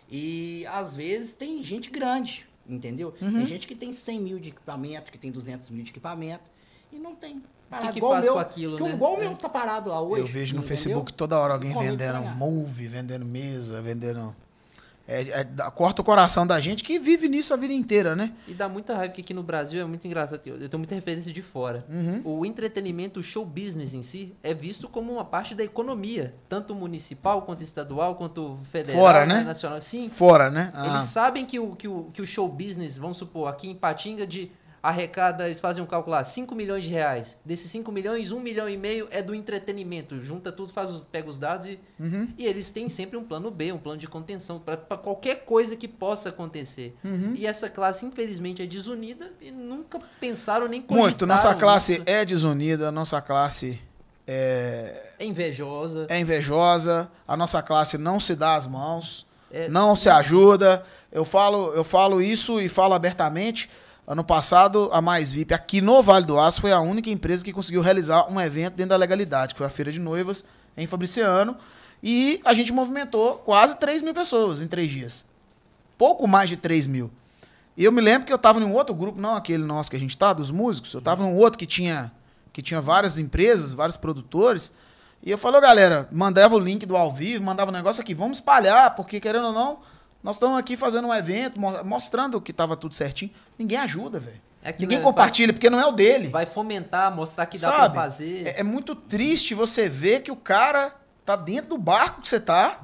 Speaker 2: E às vezes tem gente grande, entendeu?
Speaker 1: Uhum.
Speaker 2: Tem gente que tem cem mil de equipamento, que tem duzentos mil de equipamento e não tem.
Speaker 3: O que que
Speaker 2: Igual
Speaker 3: faz
Speaker 2: meu,
Speaker 3: com aquilo,
Speaker 2: que
Speaker 3: né?
Speaker 2: Igual o
Speaker 3: É.
Speaker 2: meu tá parado lá hoje.
Speaker 1: Eu vejo no
Speaker 2: entendeu?
Speaker 1: Facebook toda hora alguém
Speaker 2: Correndo
Speaker 1: vendendo
Speaker 2: estragar.
Speaker 1: move, vendendo mesa, vendendo. É, é, dá- corta o coração da gente que vive nisso a vida inteira, né?
Speaker 3: E dá muita raiva, porque aqui no Brasil é muito engraçado. Eu tenho muita referência de fora.
Speaker 1: Uhum.
Speaker 3: O entretenimento, o show business em si, é visto como uma parte da economia. Tanto municipal, quanto estadual, quanto federal,
Speaker 1: Fora, né?
Speaker 3: nacional. Sim,
Speaker 1: Fora, né? Ah.
Speaker 3: eles sabem que o, que, o, que o show business, vamos supor, aqui em Patinga, de arrecada, eles fazem um cálculo lá, cinco milhões de reais. Desses cinco milhões, um milhão e meio é do entretenimento. Junta tudo, faz os, pega os dados e,
Speaker 1: Uhum.
Speaker 3: e eles têm sempre um plano B, um plano de contenção para qualquer coisa que possa acontecer.
Speaker 1: Uhum.
Speaker 3: E essa classe, infelizmente, é desunida e nunca pensaram nem cogitaram
Speaker 1: Muito. Nossa classe
Speaker 3: isso.
Speaker 1: é desunida, nossa classe é,
Speaker 3: É invejosa.
Speaker 1: é invejosa, a nossa classe não se dá as mãos,
Speaker 3: É-
Speaker 1: não se ajuda. Eu falo, eu falo isso e falo abertamente. Ano passado, a Mais V I P aqui no Vale do Aço foi a única empresa que conseguiu realizar um evento dentro da legalidade, que foi a Feira de Noivas em Fabriciano. E a gente movimentou quase três mil pessoas em três dias. Pouco mais de três mil. E eu me lembro que eu estava em um outro grupo, não aquele nosso que a gente tá, dos músicos. Eu estava num outro que tinha, que tinha várias empresas, vários produtores. E eu falei, galera, mandava o link do ao vivo, mandava um negócio aqui, vamos espalhar, porque querendo ou não, nós estamos aqui fazendo um evento, mo- mostrando que estava tudo certinho. Ninguém ajuda, velho.
Speaker 3: É que
Speaker 1: Ninguém
Speaker 3: vai-
Speaker 1: compartilha, porque não é o dele.
Speaker 3: Vai fomentar, mostrar que dá
Speaker 1: Sabe?
Speaker 3: pra fazer.
Speaker 1: É, é muito triste você ver que o cara tá dentro do barco que você tá.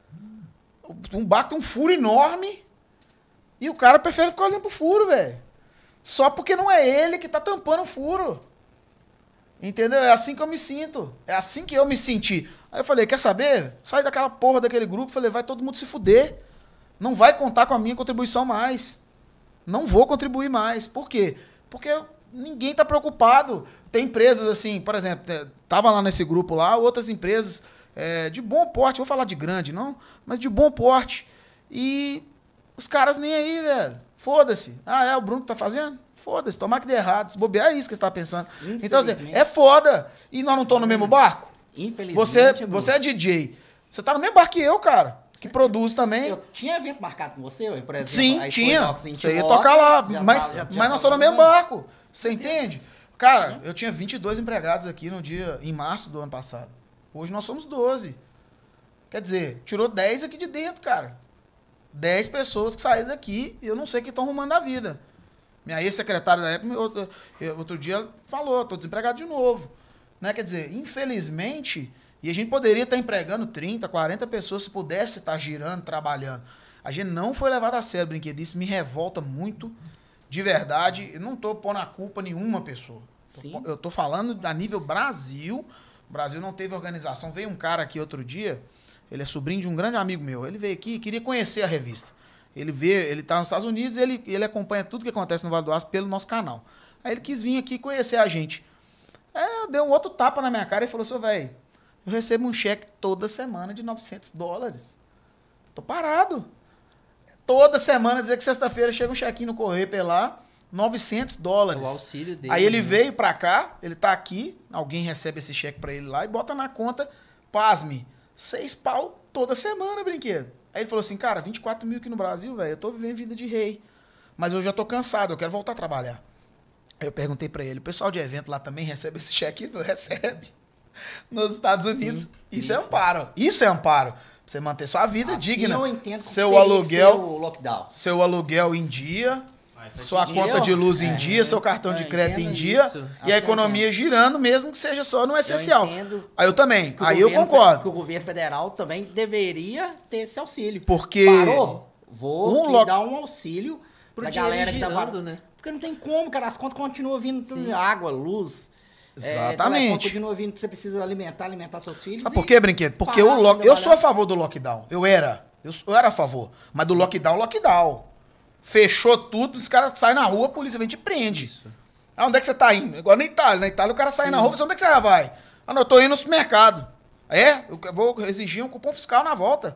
Speaker 1: Um barco tem um furo enorme. E o cara prefere ficar olhando pro furo, velho. Só porque não é ele que tá tampando o furo. Entendeu? É assim que eu me sinto. É assim que eu me senti. Aí eu falei, quer saber? Sai daquela porra daquele grupo. Falei, vai todo mundo se fuder. Não vai contar com a minha contribuição mais. Não vou contribuir mais. Por quê? Porque ninguém tá preocupado. Tem empresas assim, por exemplo, é, tava lá nesse grupo lá, outras empresas é, de bom porte, vou falar de grande, não, mas de bom porte. E os caras nem aí, velho. Foda-se. Ah, é o Bruno que tá fazendo? Foda-se, tomara que dê errado. Se bobear, é isso que você tá pensando. Então, assim,
Speaker 2: Infelizmente.
Speaker 1: é foda. E nós não estamos no mesmo barco?
Speaker 2: Infelizmente,
Speaker 1: Você,
Speaker 2: Bruno,
Speaker 1: você é D J. Você tá no mesmo barco que eu, cara. Que produz também.
Speaker 2: Eu tinha evento marcado com você, eu, por exemplo.
Speaker 1: Sim,
Speaker 2: a
Speaker 1: tinha.
Speaker 2: Equinox em
Speaker 1: Você ia
Speaker 2: Timóteo,
Speaker 1: tocar lá.
Speaker 2: já
Speaker 1: Mas,
Speaker 2: tava- já-
Speaker 1: mas
Speaker 2: já
Speaker 1: nós
Speaker 2: tava
Speaker 1: estamos no mesmo
Speaker 2: fazendo.
Speaker 1: barco. Você entende? Cara, eu tinha vinte e dois empregados aqui no dia, em março do ano passado. Hoje nós somos doze. Quer dizer, tirou dez aqui de dentro, cara. dez pessoas que saíram daqui e eu não sei o que estão arrumando a vida. Minha ex-secretária da época, outro, outro dia, falou, estou desempregado de novo. Né? Quer dizer, infelizmente, e a gente poderia estar empregando trinta, quarenta pessoas se pudesse estar girando, trabalhando. A gente não foi levado a sério, brinquedice, me revolta muito, de verdade. Eu não estou pondo a culpa em nenhuma pessoa.
Speaker 2: Sim.
Speaker 1: Eu estou falando a nível Brasil. O Brasil não teve organização. Veio um cara aqui outro dia, ele é sobrinho de um grande amigo meu. Ele veio aqui e queria conhecer a revista. Ele vê, ele tá nos Estados Unidos e ele, ele acompanha tudo que acontece no Vale do Aço pelo nosso canal. Aí ele quis vir aqui conhecer a gente. É, deu um outro tapa na minha cara e falou assim, velho, eu recebo um cheque toda semana de novecentos dólares. Tô parado. Toda semana, dizer que sexta-feira chega um chequinho no correio pra lá, novecentos dólares.
Speaker 3: O auxílio dele.
Speaker 1: Aí ele
Speaker 3: né?
Speaker 1: veio pra cá, ele tá aqui, alguém recebe esse cheque pra ele lá e bota na conta, pasme, seis pau toda semana, brinquedo. Aí ele falou assim, cara, vinte e quatro mil aqui no Brasil, velho, eu tô vivendo vida de rei. Mas eu já tô cansado, eu quero voltar a trabalhar. Aí eu perguntei pra ele, o pessoal de evento lá também recebe esse cheque? Ele falou, recebe. Nos Estados Unidos,
Speaker 2: Sim,
Speaker 1: isso
Speaker 2: sim.
Speaker 1: é amparo. Isso é amparo. Pra você manter sua vida
Speaker 2: Assim
Speaker 1: digna.
Speaker 2: eu entendo que
Speaker 1: Seu
Speaker 2: teria que
Speaker 1: aluguel,
Speaker 2: ser o lockdown.
Speaker 1: seu aluguel em dia,
Speaker 4: Mas faz
Speaker 1: sua
Speaker 4: sentido.
Speaker 1: conta de luz em
Speaker 2: É,
Speaker 1: dia, seu cartão de
Speaker 2: eu
Speaker 1: crédito em
Speaker 2: entendo
Speaker 1: dia
Speaker 3: isso.
Speaker 1: e
Speaker 2: Assim
Speaker 1: a
Speaker 2: eu
Speaker 1: economia girando, mesmo que seja só no essencial.
Speaker 2: entendo
Speaker 1: Aí eu também.
Speaker 2: Que o
Speaker 1: Aí eu
Speaker 2: governo-
Speaker 1: concordo.
Speaker 2: Que o governo federal também deveria ter esse auxílio.
Speaker 1: Porque
Speaker 2: Parou? Vou
Speaker 1: Um
Speaker 2: que
Speaker 1: lo-
Speaker 2: dar um auxílio
Speaker 3: Pro
Speaker 2: pra
Speaker 3: dinheiro
Speaker 2: galera que tá
Speaker 3: girando,
Speaker 2: parando.
Speaker 3: né?
Speaker 2: Porque não tem como, cara. As contas continuam vindo tudo
Speaker 3: Sim.
Speaker 2: água, luz. É,
Speaker 1: Exatamente.
Speaker 2: telefone continua vindo que você precisa alimentar, alimentar seus filhos.
Speaker 1: Sabe
Speaker 2: e
Speaker 1: por quê, brinquedo? Porque
Speaker 2: parar
Speaker 1: o
Speaker 2: de
Speaker 1: lock... eu
Speaker 2: trabalhar.
Speaker 1: sou a favor do lockdown. Eu era. Eu, sou- eu era a favor. Mas do lockdown, lockdown. Fechou tudo, os caras saem na rua, a polícia vem e te prende. Ah, onde é que você tá indo? Igual na Itália. Na Itália o cara sai na rua e fala, onde é que você vai? Ah, não, eu tô indo no supermercado. É? Eu vou exigir um cupom fiscal na volta.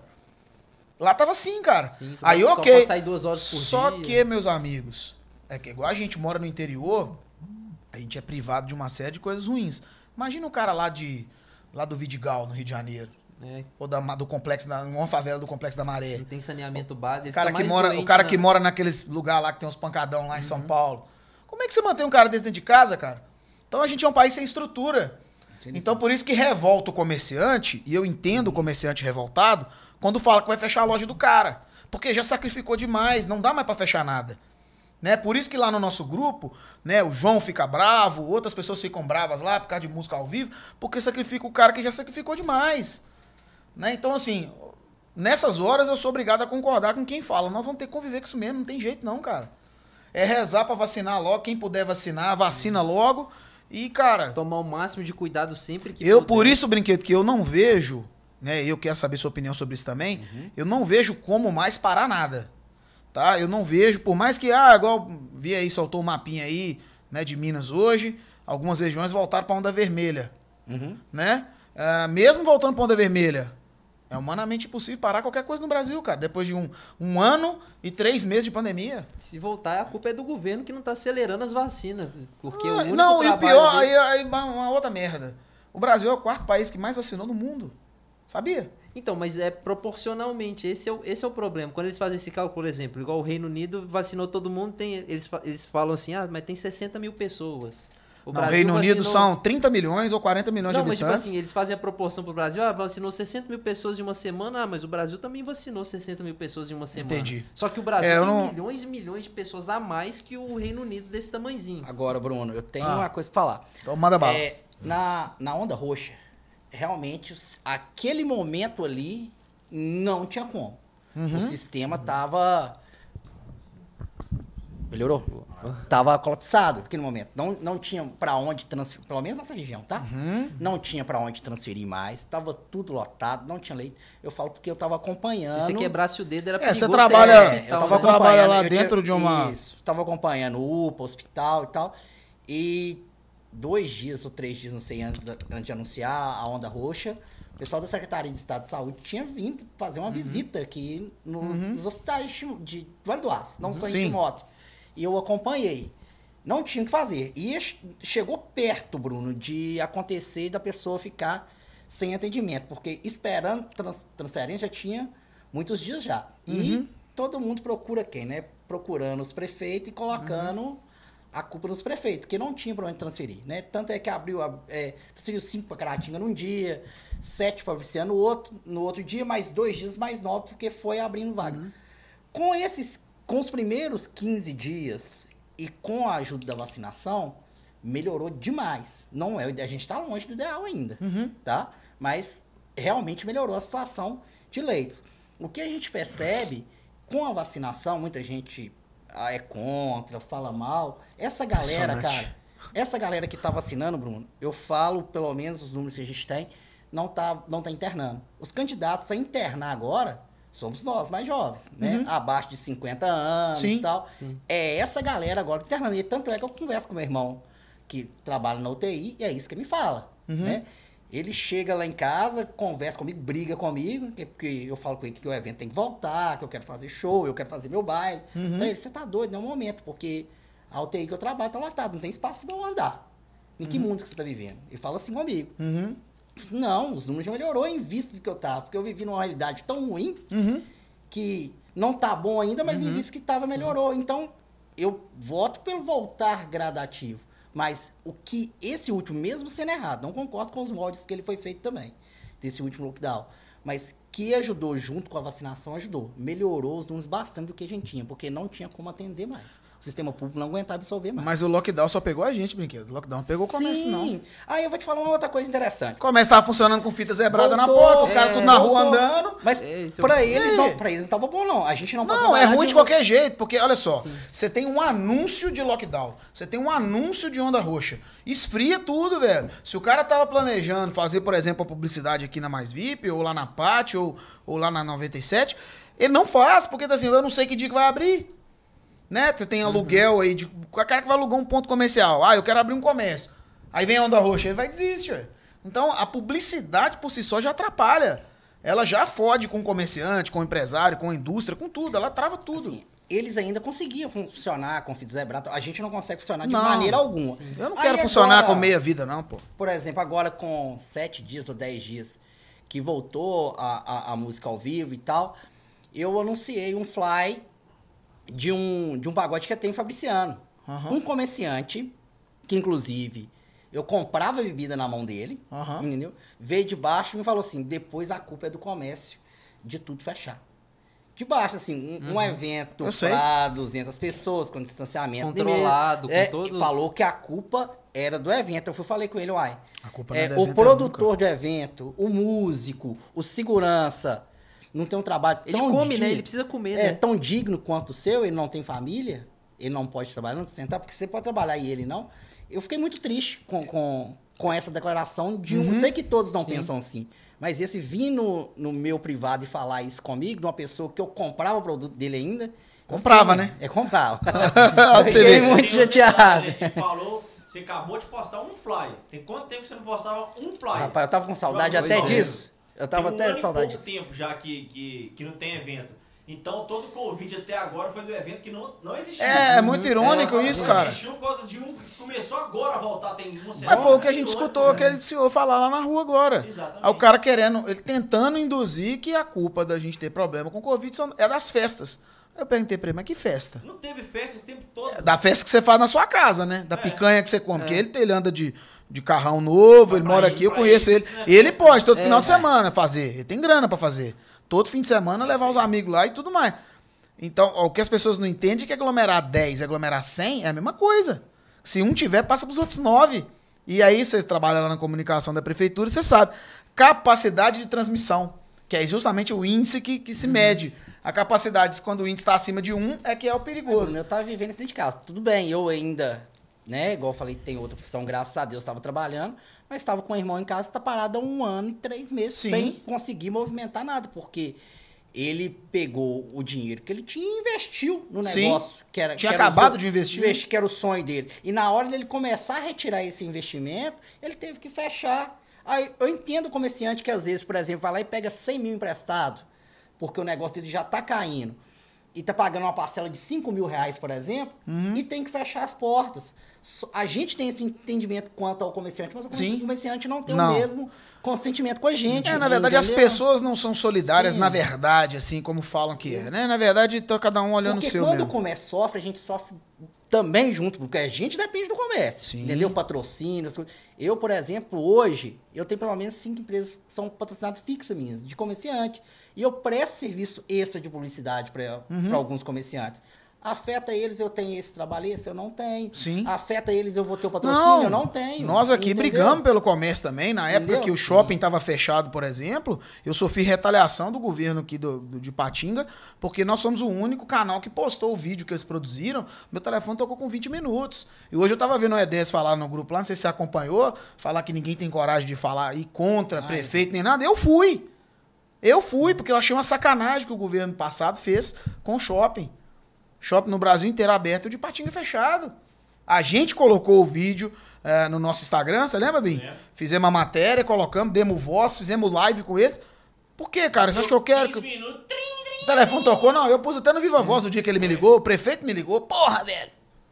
Speaker 1: Lá tava assim, cara.
Speaker 3: Sim, só
Speaker 1: Aí,
Speaker 3: pode- só
Speaker 1: ok.
Speaker 3: pode sair duas horas por
Speaker 1: Só
Speaker 3: dia.
Speaker 1: que, meus amigos, é que igual a gente mora no interior, a gente é privado de uma série de coisas ruins. Imagina um cara lá de lá do Vidigal, no Rio de Janeiro.
Speaker 3: É,
Speaker 1: Ou da, do complexo, da, uma favela do Complexo da Maré.
Speaker 3: não tem saneamento básico.
Speaker 1: O cara, que mora, o cara que mora naqueles lugar lá que tem uns pancadão lá em São Paulo. Como é que você mantém um cara desse dentro de casa, cara? Então a gente é um país sem estrutura. Então por isso que revolta o comerciante, e eu entendo o comerciante revoltado, quando fala que vai fechar a loja do cara. Porque já sacrificou demais, não dá mais pra fechar nada. Né? Por isso que lá no nosso grupo, né, o João fica bravo, outras pessoas ficam bravas lá por causa de música ao vivo, porque sacrifica o cara que já sacrificou demais. Né? Então, assim, nessas horas eu sou obrigado a concordar com quem fala. Nós vamos ter que conviver com isso mesmo, não tem jeito não, cara. é rezar pra vacinar logo. Quem puder vacinar, vacina logo. E, cara...
Speaker 3: Tomar o máximo de cuidado sempre que
Speaker 1: Eu,
Speaker 3: puder.
Speaker 1: por isso, Brinquedo, que eu não vejo, né? Eu quero saber sua opinião sobre isso também.
Speaker 2: Uhum.
Speaker 1: Eu não vejo como mais parar nada. Tá? Eu não vejo, por mais que, ah, igual vi aí, soltou um mapinha aí, né, de Minas hoje, algumas regiões voltaram pra onda vermelha,
Speaker 2: Uhum.
Speaker 1: né? Ah, mesmo voltando pra onda vermelha, é humanamente impossível parar qualquer coisa no Brasil, cara. Depois de um, um ano e três meses de pandemia.
Speaker 3: Se voltar, a culpa é do governo que não tá acelerando as vacinas. Porque o
Speaker 1: Ah,
Speaker 3: único
Speaker 1: não, e o
Speaker 3: trabalho
Speaker 1: pior,
Speaker 3: dele-
Speaker 1: aí, aí uma, uma outra merda. O Brasil é o quarto país que mais vacinou no mundo. Sabia?
Speaker 3: Então, mas é proporcionalmente, esse é, o, esse é o problema. Quando eles fazem esse cálculo, por exemplo, igual o Reino Unido vacinou todo mundo, tem, eles, fa- eles falam assim, ah, mas tem sessenta mil pessoas. O
Speaker 1: No
Speaker 3: Brasil
Speaker 1: Reino Unido
Speaker 3: vacinou-
Speaker 1: são trinta milhões ou quarenta milhões
Speaker 3: Não,
Speaker 1: de
Speaker 3: mas tipo
Speaker 1: habitantes.
Speaker 3: assim, eles fazem a proporção pro Brasil, ah, vacinou sessenta mil pessoas em uma semana, ah, mas o Brasil também vacinou sessenta mil pessoas em uma semana.
Speaker 1: Entendi.
Speaker 3: Só que o Brasil
Speaker 1: É, eu
Speaker 3: tem
Speaker 1: não-
Speaker 3: milhões e milhões de pessoas a mais que o Reino Unido desse tamanhozinho.
Speaker 2: Agora, Bruno, eu tenho
Speaker 1: Ah.
Speaker 2: uma coisa pra falar.
Speaker 1: Então manda bala.
Speaker 2: É, na, na onda roxa, realmente, os- aquele momento ali, não tinha como.
Speaker 1: Uhum.
Speaker 2: O sistema tava... Melhorou? Tava colapsado naquele momento. Não, não tinha pra onde transferir, pelo menos nessa região, tá?
Speaker 1: Uhum.
Speaker 2: Não tinha pra onde transferir mais, tava tudo lotado, não tinha leito. Eu falo porque eu tava acompanhando...
Speaker 3: Se você quebrasse o dedo, era
Speaker 1: É,
Speaker 3: perigoso.
Speaker 1: você trabalha-
Speaker 3: é,
Speaker 2: eu
Speaker 3: então,
Speaker 1: você
Speaker 2: tava
Speaker 3: né?
Speaker 1: trabalha
Speaker 2: acompanhando,
Speaker 1: lá
Speaker 2: eu tinha-
Speaker 1: dentro de uma-
Speaker 2: Isso, tava acompanhando U P A, hospital e tal. E dois dias ou três dias, não sei, antes, da- antes de anunciar a onda roxa, o pessoal da Secretaria de Estado de Saúde tinha vindo fazer
Speaker 1: Uhum.
Speaker 2: uma visita aqui no- nos hospitais de, de Vale do Aço, não só em
Speaker 1: Sim.
Speaker 2: Timóteo. E eu acompanhei. Não tinha o que fazer. E che- chegou perto, Bruno, de acontecer da pessoa ficar sem atendimento, porque esperando trans, transferência já tinha muitos dias já. E
Speaker 1: Uhum.
Speaker 2: todo mundo procura quem, né? Procurando os prefeitos e colocando
Speaker 1: Uhum.
Speaker 2: a culpa nos prefeitos, porque não tinha para onde transferir, né? Tanto é que abriu, a- é, transferiu cinco para Caratinga num dia, sete para Viciano no outro, no outro dia, mais dois dias mais nove, porque foi abrindo vaga.
Speaker 1: Uhum.
Speaker 2: Com esses, com os primeiros quinze dias e com a ajuda da vacinação, melhorou demais. Não é, a gente está longe do ideal ainda,
Speaker 1: Uhum.
Speaker 2: tá? Mas realmente melhorou a situação de leitos. O que a gente percebe com a vacinação, muita gente ah, é contra, fala mal. Essa galera,
Speaker 1: Impressionante.
Speaker 2: cara, essa galera que tá vacinando, Bruno, eu falo, pelo menos os números que a gente tem, não tá, não tá internando. Os candidatos a internar agora somos nós, mais jovens, né? Abaixo de cinquenta anos
Speaker 1: Sim.
Speaker 2: e tal. É essa galera agora que internando. E tanto é que eu converso com meu irmão que trabalha na U T I, e é isso que ele me fala, né? Ele chega lá em casa, conversa comigo, briga comigo, que- porque eu falo com ele que o evento tem que voltar, que eu quero fazer show, eu quero fazer meu baile. Então ele, você tá doido, não é o momento, porque a U T I que eu trabalho tá lotada, não tem espaço pra eu andar. Em que mundo que você tá vivendo? Ele fala assim comigo.
Speaker 1: Uhum.
Speaker 2: Eu falei, não, os números já melhorou em vista do que eu tava, porque eu vivi numa realidade tão ruim
Speaker 1: Uhum.
Speaker 2: que não tá bom ainda, mas em vista que tava, melhorou. Então, eu voto pelo voltar gradativo. Mas o que esse último, mesmo sendo errado, não concordo com os moldes que ele foi feito também, desse último lockdown, mas que ajudou junto com a vacinação, ajudou. Melhorou os números bastante do que a gente tinha, porque não tinha como atender mais. O sistema público não aguentava absorver mais.
Speaker 1: Mas o lockdown só pegou a gente, Brinquedo. O lockdown não pegou o comércio,
Speaker 2: Sim.
Speaker 1: não.
Speaker 2: Aí eu vou te falar uma outra coisa interessante.
Speaker 1: O comércio tava funcionando com fita zebrada na
Speaker 2: Voltou,
Speaker 1: porta, os caras
Speaker 3: é,
Speaker 1: tudo na rua
Speaker 2: voltou.
Speaker 1: andando.
Speaker 2: Mas
Speaker 3: É, esse é
Speaker 2: pra
Speaker 3: o-
Speaker 2: eles,
Speaker 1: É.
Speaker 2: não, pra eles não tava bom, não. A gente não pode
Speaker 1: Não, é
Speaker 2: trabalhar
Speaker 1: ruim de qualquer jeito, porque olha só, você tem um anúncio de lockdown, você tem um anúncio de onda roxa. Esfria tudo, velho. Se o cara tava planejando fazer, por exemplo, a publicidade aqui na Mais V I P, ou lá na Pátio, ou, ou lá na noventa e sete, ele não faz, porque assim, eu não sei que dia que vai abrir. Né? Você tem aluguel aí, de, o cara que vai alugar um ponto comercial. Ah, eu quero abrir um comércio. Aí vem a onda roxa, ele vai desistir, velho. Então, a publicidade por si só já atrapalha. Ela já fode com o comerciante, com o empresário, com a indústria, com tudo. Ela trava tudo.
Speaker 2: Assim, eles ainda conseguiam funcionar com fita zebrada. A gente não consegue funcionar de
Speaker 1: Não.
Speaker 2: maneira alguma.
Speaker 1: Eu não
Speaker 2: Aí
Speaker 1: quero funcionar
Speaker 2: agora,
Speaker 1: com meia vida, não, pô.
Speaker 2: Por exemplo, agora com sete dias ou dez dias que voltou a, a, a música ao vivo e tal, eu anunciei um fly de um, de um pagode que eu tenho Fabriciano.
Speaker 1: Aham.
Speaker 2: Um comerciante, que inclusive eu comprava bebida na mão dele,
Speaker 1: Aham.
Speaker 2: entendeu? Veio de baixo e me falou assim, depois a culpa é do comércio de tudo fechar. De baixo, assim, um, um evento
Speaker 1: Eu sei.
Speaker 2: para duzentas pessoas, com distanciamento.
Speaker 3: Controlado,
Speaker 2: é,
Speaker 3: com todos-
Speaker 2: Falou que a culpa era do evento. Eu fui falei com ele, uai,
Speaker 1: A culpa não é
Speaker 2: é,
Speaker 1: do
Speaker 2: o
Speaker 1: evento, é
Speaker 2: produtor
Speaker 1: nunca.
Speaker 2: do evento, o músico, o segurança, não tem um trabalho
Speaker 3: Ele
Speaker 2: tão
Speaker 3: come, né?
Speaker 2: digno-
Speaker 3: Ele precisa comer,
Speaker 2: é,
Speaker 3: né?
Speaker 2: tão digno quanto o seu, ele não tem família, ele não pode trabalhar, não sentar, porque você pode trabalhar e ele não. Eu fiquei muito triste com, com, com essa declaração de um...
Speaker 1: Uhum.
Speaker 2: Sei que todos não
Speaker 3: Sim.
Speaker 2: pensam assim, mas esse vir no, no meu privado e falar isso comigo, de uma pessoa que eu comprava o produto dele ainda...
Speaker 1: Comprava,
Speaker 2: eu fiquei,
Speaker 1: né?
Speaker 2: É, comprava.
Speaker 1: Você
Speaker 2: eu fiquei
Speaker 1: vê.
Speaker 2: muito
Speaker 4: Tem um
Speaker 2: chateado.
Speaker 4: detalhe, Ele falou, você acabou de postar um flyer. Tem quanto tempo que você não postava um flyer?
Speaker 2: Rapaz, eu tava com saudade
Speaker 4: Pois
Speaker 2: até
Speaker 4: é.
Speaker 2: disso. Eu tava
Speaker 4: Tem um
Speaker 2: até
Speaker 4: ano e
Speaker 2: saudade
Speaker 4: pouco
Speaker 2: disso.
Speaker 4: tempo já que, que, que não tem evento. Então, todo o Covid até agora foi do evento que não, não existiu.
Speaker 1: É, é muito irônico
Speaker 4: É,
Speaker 1: isso,
Speaker 4: não
Speaker 1: cara.
Speaker 4: existiu por causa de um que começou agora a voltar, tem uma
Speaker 1: Mas
Speaker 4: semana.
Speaker 1: foi o que a
Speaker 4: É
Speaker 1: gente
Speaker 4: irônico,
Speaker 1: escutou
Speaker 4: né?
Speaker 1: aquele senhor falar lá na rua agora.
Speaker 4: Exatamente.
Speaker 1: Aí o cara querendo, ele tentando induzir que a culpa da gente ter problema com Covid são, é das festas. Aí eu perguntei pra ele, mas que festa?
Speaker 4: Não teve festa esse tempo todo.
Speaker 1: Da festa que você faz na sua casa, né? Da
Speaker 4: É.
Speaker 1: picanha que você come. Porque ele, ele anda de, de carrão novo,
Speaker 4: Mas
Speaker 1: ele
Speaker 4: pra
Speaker 1: mora
Speaker 4: ele-
Speaker 1: aqui, eu
Speaker 4: pra
Speaker 1: conheço
Speaker 4: ele
Speaker 1: ele.
Speaker 4: isso não é
Speaker 1: Ele
Speaker 4: festa,
Speaker 1: pode, todo
Speaker 2: É,
Speaker 1: final de
Speaker 2: é.
Speaker 1: semana, fazer. Ele tem grana pra fazer. Todo fim de semana levar os amigos lá e tudo mais. Então, ó, o que as pessoas não entendem é que aglomerar dez e aglomerar cem é a mesma coisa. Se um tiver, passa pros outros nove. E aí, você trabalha lá na comunicação da prefeitura, você sabe. Capacidade de transmissão, que é justamente o índice que, que se mede. A capacidade, quando o índice está acima de um, é que é o perigoso.
Speaker 2: Eu tava vivendo isso dentro de casa. Tudo bem, eu ainda, né, igual eu falei, tem outra profissão, graças a Deus, estava trabalhando, mas estava com o irmão em casa, tá parado há um ano e três meses,
Speaker 1: Sim.
Speaker 2: sem conseguir movimentar nada, porque ele pegou o dinheiro que ele tinha e investiu no
Speaker 1: Sim.
Speaker 2: negócio. Que era,
Speaker 1: Tinha
Speaker 2: que era o
Speaker 1: acabado
Speaker 2: sonho-
Speaker 1: de investir.
Speaker 2: investi- Que era o sonho dele. E na hora dele começar a retirar esse investimento, ele teve que fechar. Aí eu entendo o comerciante que às vezes, por exemplo, vai lá e pega cem mil emprestado, porque o negócio dele já tá caindo, e tá pagando uma parcela de cinco mil reais, por exemplo,
Speaker 1: Uhum.
Speaker 2: e tem que fechar as portas. So- A gente tem esse entendimento quanto ao comerciante, mas o
Speaker 1: Sim.
Speaker 2: comerciante não tem
Speaker 1: Não.
Speaker 2: o mesmo consentimento com a gente.
Speaker 1: É, na verdade, as
Speaker 2: entendeu?
Speaker 1: pessoas não são solidárias,
Speaker 2: Sim.
Speaker 1: na verdade, assim como falam que é, né? Na verdade, tá cada um olhando
Speaker 2: Porque
Speaker 1: o seu
Speaker 2: quando
Speaker 1: mesmo.
Speaker 2: o comércio sofre, a gente sofre também junto, porque a gente depende do comércio,
Speaker 1: Sim.
Speaker 2: entendeu? Patrocínio, as coisas. Eu, por exemplo, hoje, eu tenho pelo menos cinco empresas que são patrocinadas fixas minhas, de comerciante. E eu presto serviço extra de publicidade para
Speaker 1: Uhum.
Speaker 2: alguns comerciantes. Afeta eles, eu tenho esse trabalho, esse eu não tenho.
Speaker 1: Sim.
Speaker 2: Afeta eles, eu vou ter o patrocínio,
Speaker 1: Não,
Speaker 2: eu não tenho.
Speaker 1: nós aqui
Speaker 2: entendeu?
Speaker 1: brigamos pelo comércio também. Na época
Speaker 2: Entendeu?
Speaker 1: que o shopping estava fechado, por exemplo, eu sofri retaliação do governo aqui do, do- de Patinga, porque nós somos o único canal que postou o vídeo que eles produziram. Meu telefone tocou com vinte minutos. E hoje eu tava vendo o E dez falar no grupo lá, não sei se você acompanhou, falar que ninguém tem coragem de falar ir contra
Speaker 2: Ai.
Speaker 1: prefeito nem nada. Eu fui. Eu fui, porque eu achei uma sacanagem que o governo passado fez com o shopping. Shopping no Brasil inteiro aberto e o de Patinga fechado. A gente colocou o vídeo eh, no nosso Instagram, você lembra, Bim?
Speaker 4: É.
Speaker 1: Fizemos uma matéria, colocamos, demos voz, fizemos live com eles. Por quê, cara? Você acha que eu quero que
Speaker 4: quinze minutos, trim,
Speaker 1: o telefone tocou? Não, eu pus até no Viva Voz no dia que ele me ligou, o prefeito me ligou. Porra, velho,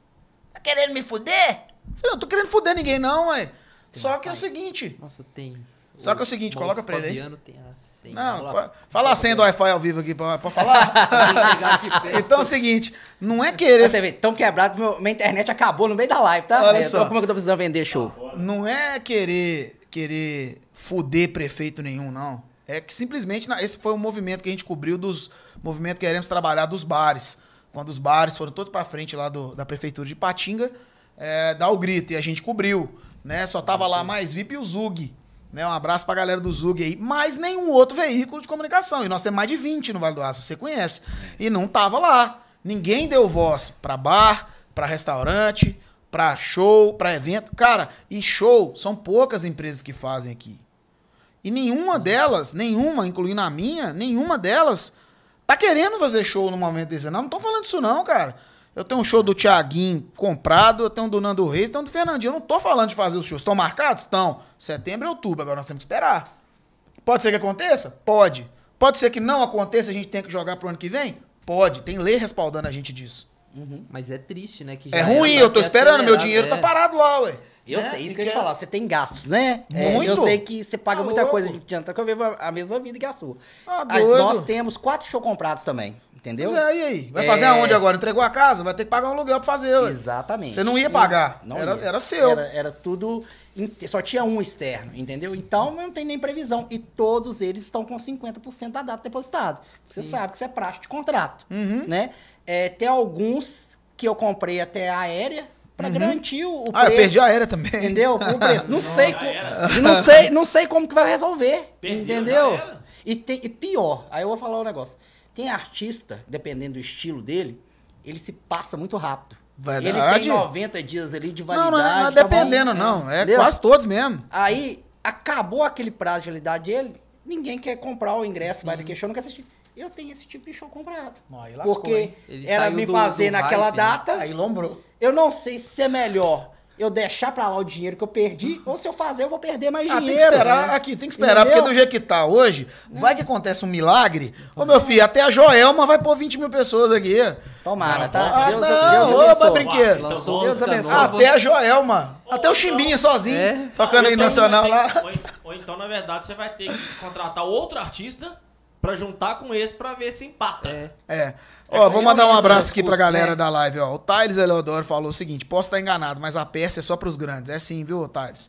Speaker 1: tá querendo me fuder? Eu falei, não tô querendo fuder ninguém não, ué. Só que é o seguinte...
Speaker 3: Nossa, tem.
Speaker 1: Só que é o seguinte, coloca pra ele aí.
Speaker 3: Fabiano tem a senha.
Speaker 1: Não,
Speaker 2: lá.
Speaker 1: pode- fala a senha do Wi-Fi ao vivo aqui pra, pra falar.
Speaker 2: Chegar aqui perto.
Speaker 1: Então é o seguinte, não é querer...
Speaker 2: Você vê, tão quebrado que meu- minha internet acabou no meio da live, tá?
Speaker 1: Olha
Speaker 2: É,
Speaker 1: só.
Speaker 2: Como é que eu tô precisando vender show?
Speaker 1: Não é querer querer fuder prefeito nenhum, não. É que simplesmente na- esse foi o movimento que a gente cobriu dos movimentos que queremos trabalhar dos bares. Quando os bares foram todos pra frente lá do- da prefeitura de Patinga, é, dá o grito e a gente cobriu, né? Só tava lá mais V I P e o Zug, né? Um abraço pra galera do Zug aí, mais nenhum outro veículo de comunicação. E nós temos mais de vinte no Vale do Aço, você conhece. E não tava lá. Ninguém deu voz pra bar, pra restaurante, pra show, pra evento. Cara, e show, são poucas empresas que fazem aqui. E nenhuma delas, nenhuma, incluindo a minha, nenhuma delas tá querendo fazer show no momento desse. Não, não tô falando disso não, cara. Eu tenho um show do Thiaguinho comprado, eu tenho um do Nando Reis, tenho um do Fernandinho. Eu não tô falando de fazer os shows. Estão marcados? Estão. Setembro e outubro. Agora nós temos que esperar. Pode ser que aconteça? Pode. Pode ser que não aconteça e a gente tenha que jogar pro ano que vem? Pode. Tem lei respaldando a gente disso.
Speaker 3: Mas é triste, né? Que
Speaker 1: É
Speaker 3: já
Speaker 1: ruim,
Speaker 3: era
Speaker 1: eu tô
Speaker 3: pra ter
Speaker 1: esperando. Meu
Speaker 3: acelerado,
Speaker 1: dinheiro
Speaker 3: é.
Speaker 1: tá parado lá, ué.
Speaker 2: Eu
Speaker 1: Né?
Speaker 2: sei, isso
Speaker 1: E
Speaker 2: que eu ia
Speaker 1: quer-
Speaker 2: falar, você tem gastos, né? É,
Speaker 1: Muito.
Speaker 2: eu sei que você paga
Speaker 1: Tá
Speaker 2: muita
Speaker 1: louco.
Speaker 2: coisa de adianta que eu vivo a a mesma vida que a sua.
Speaker 1: Tá
Speaker 2: A-
Speaker 1: doido.
Speaker 2: nós temos quatro shows comprados também, entendeu?
Speaker 1: Pois é, e aí? Vai
Speaker 2: É.
Speaker 1: fazer aonde agora? Entregou a casa? Vai ter que pagar um aluguel pra fazer, ué.
Speaker 2: Exatamente.
Speaker 1: Você não ia pagar. Era-
Speaker 2: ia.
Speaker 1: era seu.
Speaker 2: Era, era tudo. inte- Só tinha um externo, entendeu? Então não tem nem previsão. E todos eles estão com cinquenta por cento da data depositada. Você
Speaker 3: Sim.
Speaker 2: sabe que isso é praxe de contrato.
Speaker 1: Uhum.
Speaker 2: Né? É, tem alguns que eu comprei até aérea pra garantir o, o
Speaker 1: Ah, eu
Speaker 2: preço.
Speaker 1: perdi a era também.
Speaker 2: Entendeu? O preço. Não sei,
Speaker 4: já
Speaker 2: co-
Speaker 4: era.
Speaker 2: não sei, não sei como que vai resolver.
Speaker 4: Perdeu,
Speaker 2: entendeu?
Speaker 4: já era.
Speaker 2: E, tem, e pior, aí eu vou falar um negócio. Tem artista, dependendo do estilo dele, ele se passa muito rápido.
Speaker 1: Verdade.
Speaker 2: Ele tem noventa dias ali de
Speaker 1: Não,
Speaker 2: validade.
Speaker 1: não é, não é
Speaker 2: tá bom?
Speaker 1: dependendo, não. É
Speaker 2: Entendeu?
Speaker 1: quase todos mesmo.
Speaker 2: Aí, acabou aquele prazo de validade dele, ninguém quer comprar o ingresso, vai daqui, show, não quer assistir. Eu tenho esse tipo de show comprado.
Speaker 1: Não, aí lascou,
Speaker 2: Porque
Speaker 1: hein?
Speaker 3: Ele
Speaker 2: era
Speaker 3: saiu
Speaker 2: me
Speaker 3: do-
Speaker 2: fazer
Speaker 3: do
Speaker 2: naquela
Speaker 3: hype, né?
Speaker 2: data.
Speaker 1: Aí lombrou.
Speaker 2: Eu não sei se é melhor eu deixar pra lá o dinheiro que eu perdi, ou se eu fazer, eu vou perder mais
Speaker 1: Ah,
Speaker 2: dinheiro.
Speaker 1: tem que esperar,
Speaker 2: né?
Speaker 1: aqui, tem que esperar,
Speaker 2: Entendeu?
Speaker 1: porque do jeito que tá hoje, vai que acontece um milagre. Ô, meu filho, até a Joelma vai pôr vinte mil pessoas aqui.
Speaker 2: Tomara,
Speaker 4: Ah,
Speaker 2: tá?
Speaker 1: Ah,
Speaker 2: Deus,
Speaker 1: não,
Speaker 2: Deus
Speaker 1: ô,
Speaker 2: abençoe.
Speaker 1: brinquedo.
Speaker 3: Lançou
Speaker 2: Deus
Speaker 3: música
Speaker 2: abençoe.
Speaker 3: nova.
Speaker 1: Até a Joelma.
Speaker 4: Ou
Speaker 1: Até o
Speaker 4: então-
Speaker 1: Chimbinha sozinho,
Speaker 3: É.
Speaker 1: tocando
Speaker 4: Ou
Speaker 1: aí
Speaker 4: então
Speaker 1: nacional
Speaker 4: vai
Speaker 1: lá.
Speaker 4: ter que- ou en- Ou então, na verdade, você vai ter que contratar outro artista pra juntar com esse pra ver se empata.
Speaker 3: É.
Speaker 1: É. Ó, vou mandar um abraço aqui pra
Speaker 2: custo,
Speaker 1: galera
Speaker 2: né?
Speaker 1: da live, ó. O Thales Eleodoro falou o seguinte: posso estar enganado, mas a Pérsia é só pros grandes. É sim, viu, Thales?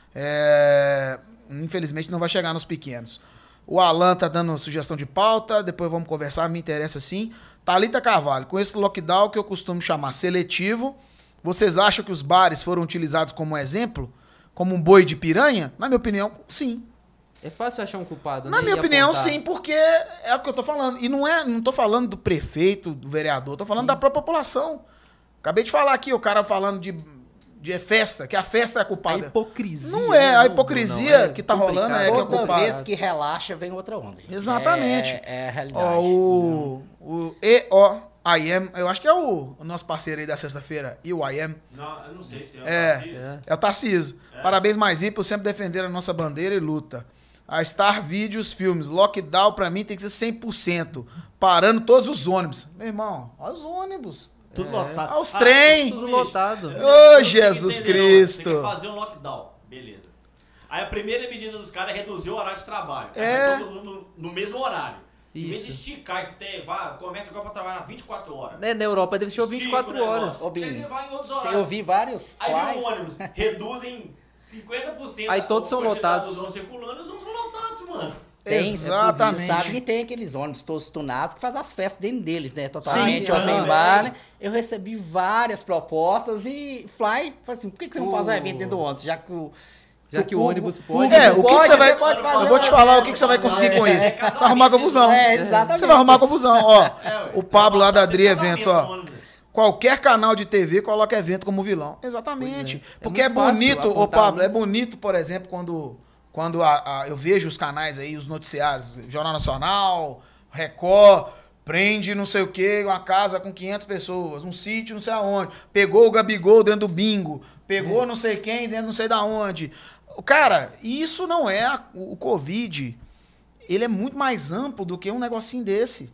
Speaker 1: É... Infelizmente não vai chegar nos pequenos. O Alan tá dando sugestão de pauta, depois vamos conversar, me interessa sim. Thalita Carvalho, com esse lockdown que eu costumo chamar seletivo, vocês acham que os bares foram utilizados como exemplo? Como um boi de piranha? Na minha opinião, sim.
Speaker 3: É fácil achar um culpado,
Speaker 1: Na
Speaker 3: né?
Speaker 1: minha
Speaker 3: E
Speaker 1: opinião,
Speaker 3: apontar.
Speaker 1: sim, porque é o que eu tô falando. E não é, não tô falando do prefeito, do vereador, tô falando da própria população. Acabei de falar aqui, o cara falando de, de festa, que a festa é a
Speaker 3: A
Speaker 1: culpada.
Speaker 3: hipocrisia.
Speaker 1: Não é,
Speaker 3: né,
Speaker 1: a
Speaker 3: não,
Speaker 1: hipocrisia
Speaker 3: não, é
Speaker 1: que tá rolando é que é
Speaker 2: Toda
Speaker 1: culpado.
Speaker 2: vez que relaxa, vem outra onda. gente.
Speaker 1: Exatamente.
Speaker 2: É, é a realidade.
Speaker 1: Ó, o, o E O I M, eu acho que é o, o nosso parceiro aí da sexta-feira, E O I M.
Speaker 4: Não, eu não sei se é.
Speaker 1: É,
Speaker 3: É.
Speaker 1: é o Tarcísio. Parabéns, Maisinho, por sempre defender a nossa bandeira e luta. A Star Vídeos Filmes, lockdown pra mim tem que ser cem por cento, parando todos os ônibus. Meu irmão, olha os ônibus.
Speaker 4: Tudo
Speaker 3: É.
Speaker 4: lotado.
Speaker 1: Ah, os trem.
Speaker 3: Tudo
Speaker 4: bicho,
Speaker 3: lotado.
Speaker 4: eu-
Speaker 1: Ô,
Speaker 4: eu não
Speaker 1: Jesus
Speaker 4: consigo entender, não.
Speaker 1: Cristo.
Speaker 4: Você quer fazer um lockdown, beleza. Aí a primeira medida dos caras é reduzir o horário de trabalho. Aí
Speaker 1: É.
Speaker 4: vai todo mundo no mesmo horário. Em vez de
Speaker 3: Isso.
Speaker 4: esticar isso, tem, vai, começa agora pra trabalhar vinte e quatro horas.
Speaker 3: Né, na Europa deve ser vinte e quatro
Speaker 4: Estica o
Speaker 3: horas.
Speaker 4: negócio.
Speaker 2: Ô, Binho,
Speaker 4: Aí você vai em outros
Speaker 2: Eu
Speaker 4: horários.
Speaker 2: vi vários
Speaker 4: Aí vem
Speaker 2: flies.
Speaker 4: o ônibus, reduzem cinquenta por cento
Speaker 3: Aí todos
Speaker 4: a
Speaker 3: são
Speaker 4: quantidade
Speaker 3: lotados.
Speaker 4: dos ônibus circulando, os ônibus são lotados, mano.
Speaker 2: Tem,
Speaker 1: Exatamente.
Speaker 2: Você sabe que tem aqueles ônibus todos tunados que fazem as festas dentro deles, né? Totalmente
Speaker 1: Sim,
Speaker 2: open
Speaker 4: aham.
Speaker 2: bar, né? Eu recebi várias propostas e Fly, falei assim, por que que você não faz um evento dentro do ônibus? Já que o,
Speaker 3: Já que o
Speaker 2: público-
Speaker 3: ônibus pode.
Speaker 2: público
Speaker 1: É, o que, que
Speaker 2: pode,
Speaker 1: você vai.
Speaker 2: pode fazer
Speaker 1: Eu vou te
Speaker 2: um
Speaker 1: falar o
Speaker 2: evento.
Speaker 1: que, que você vai conseguir com
Speaker 2: É,
Speaker 1: isso.
Speaker 4: é,
Speaker 1: Vai arrumar confusão.
Speaker 2: É, exatamente.
Speaker 1: Você vai arrumar confusão. Ó,
Speaker 4: É, ué.
Speaker 1: o Pablo lá da Adri
Speaker 4: Casamento
Speaker 1: Eventos,
Speaker 4: no
Speaker 1: ó.
Speaker 4: ônibus.
Speaker 1: Qualquer canal de T V coloca evento como vilão. Exatamente.
Speaker 3: Pois é. É
Speaker 1: Porque é,
Speaker 3: muito fácil
Speaker 1: bonito, ô
Speaker 3: apontar
Speaker 1: Pablo,
Speaker 3: um.
Speaker 1: é bonito, por exemplo, quando, quando a- a- eu vejo os canais aí, os noticiários, Jornal Nacional, Record, prende não sei o quê, uma casa com quinhentas pessoas, um sítio não sei aonde, pegou o Gabigol dentro do bingo, pegou não sei quem dentro não sei da onde. Cara, isso não é a- o o Covid. Ele é muito mais amplo do que um negocinho desse.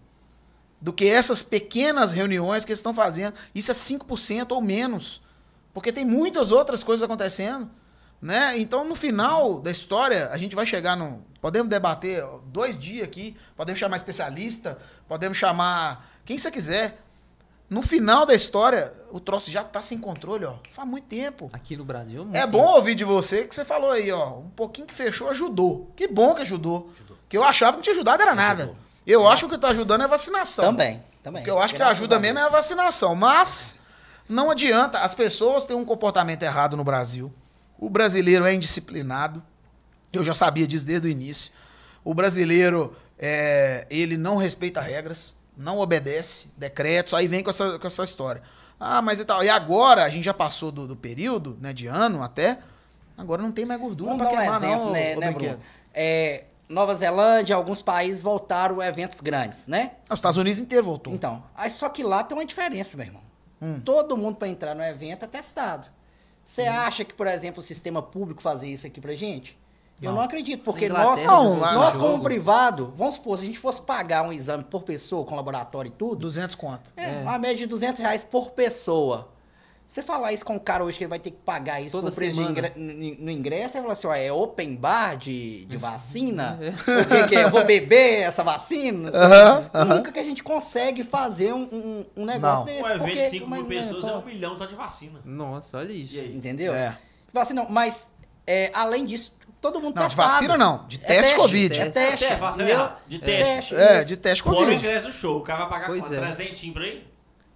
Speaker 1: Do que essas pequenas reuniões que eles estão fazendo. Isso é cinco por cento ou menos. Porque tem muitas outras coisas acontecendo. Né? Então, no final da história, a gente vai chegar no... Podemos debater dois dias aqui, podemos chamar especialista, podemos chamar quem você quiser. No final da história, o troço já está sem controle, ó. Faz muito tempo.
Speaker 3: Aqui no Brasil.
Speaker 1: É
Speaker 3: muito.
Speaker 1: bom ouvir de você que você falou aí, ó. Um pouquinho que fechou ajudou. Que bom que ajudou. Que eu achava que não tinha ajudado era nada.
Speaker 2: Ajudou.
Speaker 1: Eu acho que o que tá ajudando é vacinação.
Speaker 2: Também, também.
Speaker 1: Porque eu acho que
Speaker 2: Graças
Speaker 1: ajuda
Speaker 2: a
Speaker 1: mesmo é
Speaker 2: Deus.
Speaker 1: a vacinação. Mas não adianta. As pessoas têm um comportamento errado no Brasil. O brasileiro é indisciplinado. Eu já sabia disso desde o início. O brasileiro, é, ele não respeita regras, não obedece decretos. Aí vem com essa, com essa história. Ah, mas e tal. E agora, a gente já passou do, do período, né, de ano até. Agora não tem mais gordura
Speaker 2: Vamos
Speaker 1: pra
Speaker 2: dar um
Speaker 1: queimar,
Speaker 2: exemplo,
Speaker 1: não,
Speaker 2: né,
Speaker 1: ô
Speaker 2: né
Speaker 1: Brinquedo.
Speaker 2: Bruno? É, Nova Zelândia, alguns países voltaram a eventos grandes, né?
Speaker 1: Os Estados Unidos inteiro voltou.
Speaker 2: Então, aí só que lá tem uma diferença, meu irmão.
Speaker 1: Hum.
Speaker 2: Todo mundo para entrar no evento é testado. Você acha que, por exemplo, o sistema público fazer isso aqui pra gente? Eu
Speaker 1: Não.
Speaker 2: não acredito, porque
Speaker 3: Na
Speaker 2: nós,
Speaker 3: Inglaterra,
Speaker 1: Não,
Speaker 2: nós,
Speaker 1: lá-
Speaker 2: como
Speaker 3: jogo.
Speaker 2: privado, vamos supor, se a gente fosse pagar um exame por pessoa, com laboratório e tudo,
Speaker 1: duzentos conto.
Speaker 2: é,
Speaker 3: É.
Speaker 2: uma média de duzentos reais por pessoa. Você falar isso com o cara hoje que ele vai ter que pagar isso
Speaker 3: Toda
Speaker 2: no preço de
Speaker 3: semana.
Speaker 2: ingre- no, no ingresso, você fala assim, ó, é open bar de, de vacina? O que, que é? Eu vou beber essa vacina?
Speaker 1: Aham, aham.
Speaker 2: Nunca que a gente consegue fazer um, um, um negócio
Speaker 1: Não.
Speaker 2: desse.
Speaker 4: Um evento
Speaker 2: porque,
Speaker 4: de cinco mil
Speaker 2: mas, né,
Speaker 4: pessoas
Speaker 2: só-
Speaker 4: é um milhão só de vacina.
Speaker 3: Nossa, olha isso.
Speaker 4: E aí?
Speaker 2: Entendeu?
Speaker 1: É.
Speaker 2: Vacina, não, mas é, além disso, todo mundo
Speaker 1: Não, de
Speaker 2: testado.
Speaker 1: vacina não, de
Speaker 2: É
Speaker 1: teste Covid.
Speaker 2: É teste,
Speaker 4: É, vacina
Speaker 2: entendeu?
Speaker 4: errada, de teste.
Speaker 1: É, de teste
Speaker 4: Fora o
Speaker 1: Covid.
Speaker 4: ingresso do show, o cara vai pagar
Speaker 3: Pois
Speaker 4: quanto?
Speaker 3: é.
Speaker 4: trezentinho pra ir?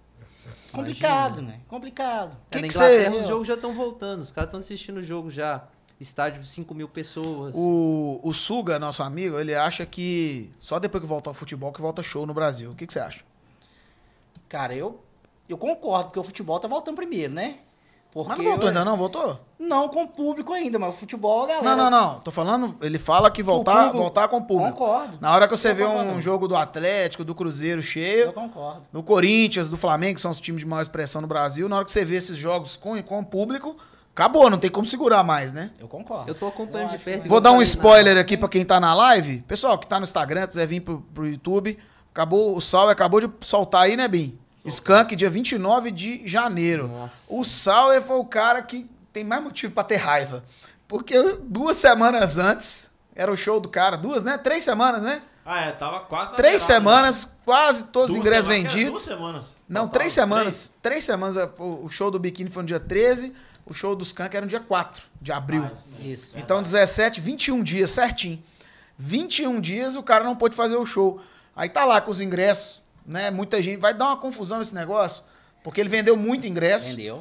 Speaker 2: Complicado, né? Complicado.
Speaker 3: É,
Speaker 1: Que
Speaker 3: na
Speaker 1: que
Speaker 3: Inglaterra
Speaker 1: você-
Speaker 3: os jogos já estão voltando. Os caras estão assistindo o jogo já. Estádio de cinco mil pessoas.
Speaker 1: O, o Suga, nosso amigo, ele acha que só depois que volta ao futebol que volta show no Brasil. O que, que você acha?
Speaker 2: Cara, eu, eu concordo, porque o futebol tá voltando primeiro, né? Porque
Speaker 1: Mas não voltou ainda não? Voltou?
Speaker 2: Não com o público ainda, mas o futebol, a galera...
Speaker 1: Não, não, não. Tô falando, ele fala que voltar,
Speaker 2: público-
Speaker 1: voltar com o público.
Speaker 2: Concordo.
Speaker 1: Na hora que você
Speaker 2: Eu
Speaker 1: vê
Speaker 2: concordo.
Speaker 1: um jogo do Atlético, do Cruzeiro
Speaker 2: Eu
Speaker 1: cheio,
Speaker 2: concordo.
Speaker 1: do Corinthians, do Flamengo, que são os times de maior expressão no Brasil, na hora que você vê esses jogos com, com o público, acabou, não tem como segurar mais, né?
Speaker 2: Eu concordo.
Speaker 3: Eu tô acompanhando de
Speaker 2: acho
Speaker 3: perto.
Speaker 2: que-
Speaker 1: Vou
Speaker 3: igual
Speaker 1: dar
Speaker 3: eu
Speaker 1: um
Speaker 3: falei
Speaker 1: spoiler
Speaker 3: na-
Speaker 1: aqui pra quem tá na live. Pessoal que tá no Instagram, quiser vir pro, pro YouTube, acabou, o Sal acabou de soltar aí, né, Bim? Skank, dia vinte e nove de janeiro.
Speaker 3: Nossa.
Speaker 1: O Sauer foi o cara que tem mais motivo pra ter raiva. Porque duas semanas antes, era o show do cara. Duas, né? Três semanas, né?
Speaker 4: Ah, é, tava quase na
Speaker 1: Três
Speaker 4: beirada,
Speaker 1: semanas, quase
Speaker 4: né?
Speaker 1: todos os
Speaker 4: Duas
Speaker 1: ingressos
Speaker 4: semanas, que era
Speaker 1: vendidos.
Speaker 4: Duas semanas.
Speaker 1: Não,
Speaker 4: Faltava
Speaker 1: três semanas. Três semanas. O show do Biquíni foi no dia treze. O show do Skank era no dia quatro de abril.
Speaker 4: Ah, isso mesmo.
Speaker 2: Isso.
Speaker 1: Então, dezessete, vinte e um dias, certinho. vinte e um dias o cara não pôde fazer o show. Aí tá lá com os ingressos, né? Muita gente. Vai dar uma confusão esse negócio, porque ele vendeu muito ingresso.
Speaker 2: Entendeu?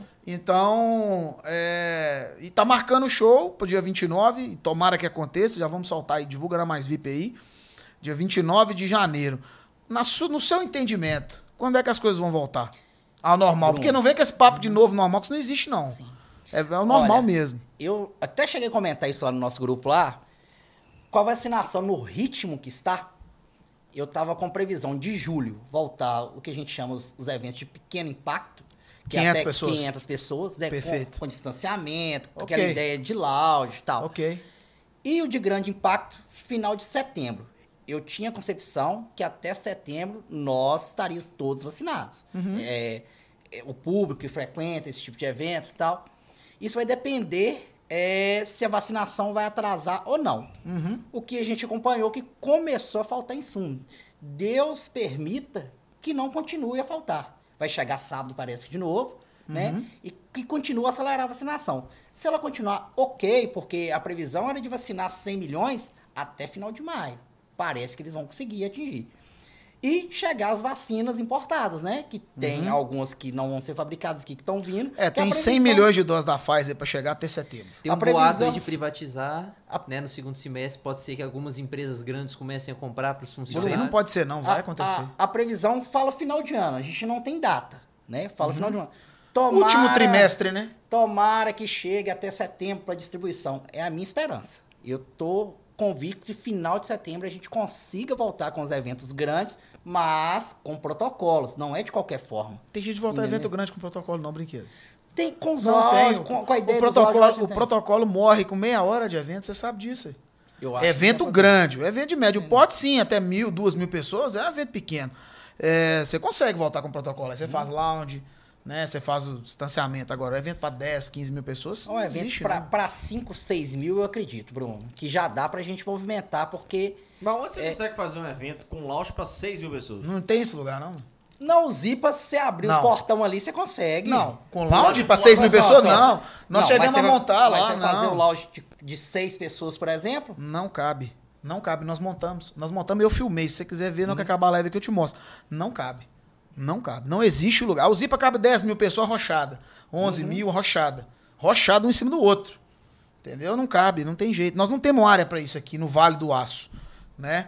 Speaker 1: Então, é... e tá marcando o show pro dia vinte e nove, e tomara que aconteça, já vamos soltar aí, divulga na Mais V I P aí, dia vinte e nove de janeiro. Na su... No seu entendimento, quando é que as coisas vão voltar ao normal?
Speaker 2: Bruno.
Speaker 1: Porque não vem com esse papo de novo normal, que isso não existe não.
Speaker 2: Sim.
Speaker 1: É, é o normal
Speaker 2: Olha,
Speaker 1: mesmo.
Speaker 2: Eu até cheguei a comentar isso lá no nosso grupo lá. Com a vacinação no ritmo que está, eu tava com previsão de julho voltar o que a gente chama os, os eventos de pequeno impacto. Que é
Speaker 1: quinhentas
Speaker 2: até
Speaker 1: pessoas.
Speaker 2: quinhentas pessoas, né,
Speaker 1: Perfeito.
Speaker 2: Com, com distanciamento, com
Speaker 1: Ok.
Speaker 2: aquela ideia de lounge e tal.
Speaker 1: Ok.
Speaker 2: E o de grande impacto, final de setembro. Eu tinha concepção que até setembro nós estaríamos todos vacinados.
Speaker 1: Uhum.
Speaker 2: É, é, o público que frequenta esse tipo de evento e tal. Isso vai depender é, se a vacinação vai atrasar ou não.
Speaker 1: Uhum.
Speaker 2: O que a gente acompanhou que começou a faltar insumo. Deus permita que não continue a faltar. Vai chegar sábado, parece que de novo, né?
Speaker 1: Uhum.
Speaker 2: E que continua a acelerar a vacinação. Se ela continuar ok, porque a previsão era de vacinar cem milhões até final de maio. Parece que eles vão conseguir atingir. E chegar as vacinas importadas, né? Que tem algumas que não vão ser fabricadas aqui, que estão vindo.
Speaker 1: É,
Speaker 2: que a
Speaker 1: tem cem
Speaker 2: previsão-
Speaker 1: milhões de doses da Pfizer para chegar até setembro.
Speaker 3: Tem
Speaker 2: A
Speaker 3: um boato aí
Speaker 2: previsão-
Speaker 3: de privatizar,
Speaker 2: A-
Speaker 3: né? No segundo semestre pode ser que algumas empresas grandes comecem a comprar para os
Speaker 1: Isso
Speaker 3: funcionários.
Speaker 1: aí não pode ser, não. Vai
Speaker 2: a,
Speaker 1: acontecer.
Speaker 2: A, a previsão fala final de ano. A gente não tem data, né? Fala final de ano. Tomara,
Speaker 1: Último trimestre, né?
Speaker 2: Tomara que chegue até setembro para distribuição. É a minha esperança. Eu tô convicto que final de setembro a gente consiga voltar com os eventos grandes, mas com protocolos. Não é de qualquer forma.
Speaker 1: Tem gente de voltar a
Speaker 2: Entendeu?
Speaker 1: evento grande com protocolo, não, brinquedo.
Speaker 2: Tem com os
Speaker 1: Não
Speaker 2: lojas,
Speaker 1: tem.
Speaker 2: com, com a ideia
Speaker 1: o
Speaker 2: dos
Speaker 1: protocolo,
Speaker 2: lojas,
Speaker 1: o
Speaker 2: tem.
Speaker 1: protocolo morre com meia hora de evento, você sabe disso.
Speaker 2: Eu acho que
Speaker 1: Evento
Speaker 2: dá pra
Speaker 1: grande, o evento de médio pode sim, até mil, duas mil pessoas, é um evento pequeno. É, você consegue voltar com o protocolo, aí você faz lounge, né? Você faz o distanciamento. Agora, o evento para dez, quinze mil pessoas,
Speaker 2: Um
Speaker 1: não
Speaker 2: evento
Speaker 1: existe,
Speaker 2: pra-
Speaker 1: né?
Speaker 2: pra cinco, seis mil, eu acredito, Bruno. Que já dá pra gente movimentar, porque
Speaker 4: Mas onde você
Speaker 2: É.
Speaker 4: consegue fazer um evento com lounge pra seis mil pessoas?
Speaker 1: Não tem esse lugar, não?
Speaker 2: na Uzipa, se você abrir
Speaker 1: Não.
Speaker 2: os portão ali, você consegue.
Speaker 1: Não, com
Speaker 4: Lá
Speaker 1: lounge
Speaker 4: de
Speaker 1: para
Speaker 4: fora,
Speaker 1: seis mil
Speaker 2: Mas,
Speaker 1: pessoas,
Speaker 2: ó,
Speaker 1: não.
Speaker 2: ó,
Speaker 1: Nós
Speaker 2: não,
Speaker 1: chegamos
Speaker 2: mas
Speaker 1: a
Speaker 2: você vai-
Speaker 1: montar
Speaker 2: mas
Speaker 1: lá,
Speaker 2: você fazer um
Speaker 1: não.
Speaker 2: lounge de, de seis pessoas, por exemplo?
Speaker 1: Não cabe. Não cabe. Nós montamos. Nós montamos e eu filmei. Se você quiser ver, não que acabar a live aqui, eu te mostro. Não cabe. Não cabe. Não existe o lugar. O Zipa cabe dez mil pessoas rochada. onze mil rochada. Rochada um em cima do outro. Entendeu? Não cabe. Não tem jeito. Nós não temos área para isso aqui no Vale do Aço. Né?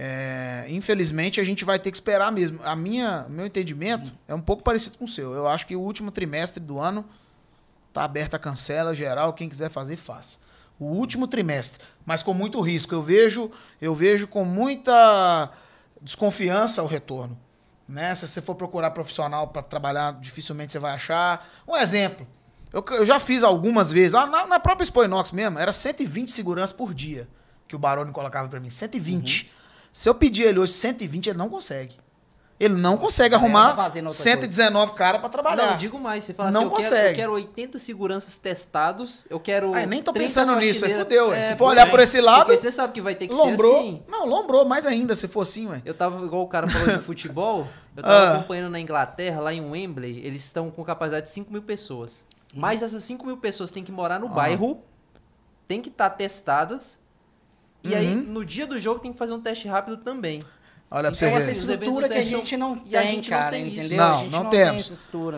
Speaker 1: É, infelizmente, a gente vai ter que esperar mesmo. A minha, meu entendimento é um pouco parecido com o seu. Eu acho que o último trimestre do ano tá aberta a cancela geral. Quem quiser fazer, faça. O último trimestre, mas com muito risco. Eu vejo, eu vejo com muita desconfiança o retorno. Né? Se você for procurar profissional para trabalhar, dificilmente você vai achar. Um exemplo, eu, eu já fiz algumas vezes, ah, na, na própria Expo Inox mesmo, era cento e vinte seguranças por dia que o Baroni colocava para mim, cento e vinte. Uhum. Se eu pedir ele hoje cento e vinte, ele não consegue. Ele não consegue
Speaker 2: A galera
Speaker 1: arrumar
Speaker 2: tá fazendo outra
Speaker 1: cento e dezenove caras para trabalhar.
Speaker 3: Não, eu digo mais. Você fala
Speaker 1: Não
Speaker 3: assim, eu quero,
Speaker 1: consegue.
Speaker 3: eu quero oitenta seguranças testados, eu quero
Speaker 1: Ah, nem tô
Speaker 3: trinta
Speaker 1: pensando nisso, aí
Speaker 3: faxineiras.
Speaker 1: fudeu.
Speaker 3: É,
Speaker 1: Se for
Speaker 3: pô,
Speaker 1: olhar
Speaker 3: é.
Speaker 1: por esse lado,
Speaker 3: Porque você sabe que vai ter que
Speaker 1: lombrou.
Speaker 3: ser assim.
Speaker 1: Não, lombrou mais ainda, se for assim, ué.
Speaker 3: Eu tava, igual o cara falou de futebol, eu tava
Speaker 1: Ah.
Speaker 3: acompanhando na Inglaterra, lá em Wembley, eles estão com capacidade de cinco mil pessoas. Mas essas cinco mil pessoas têm que morar no
Speaker 1: Ah.
Speaker 3: bairro, tem que estar testadas, e aí
Speaker 1: Uhum.
Speaker 3: no dia do jogo tem que fazer um teste rápido também.
Speaker 1: Olha pra
Speaker 3: Então,
Speaker 1: você
Speaker 2: essa
Speaker 1: ver.
Speaker 3: os
Speaker 2: estrutura
Speaker 3: eventos
Speaker 2: que a
Speaker 3: são-
Speaker 2: gente não
Speaker 3: e a
Speaker 2: tem,
Speaker 3: gente não
Speaker 2: cara,
Speaker 3: tem isso.
Speaker 2: entendeu?
Speaker 1: Não,
Speaker 2: a gente
Speaker 1: não
Speaker 2: não
Speaker 1: temos.
Speaker 2: tem essa estrutura.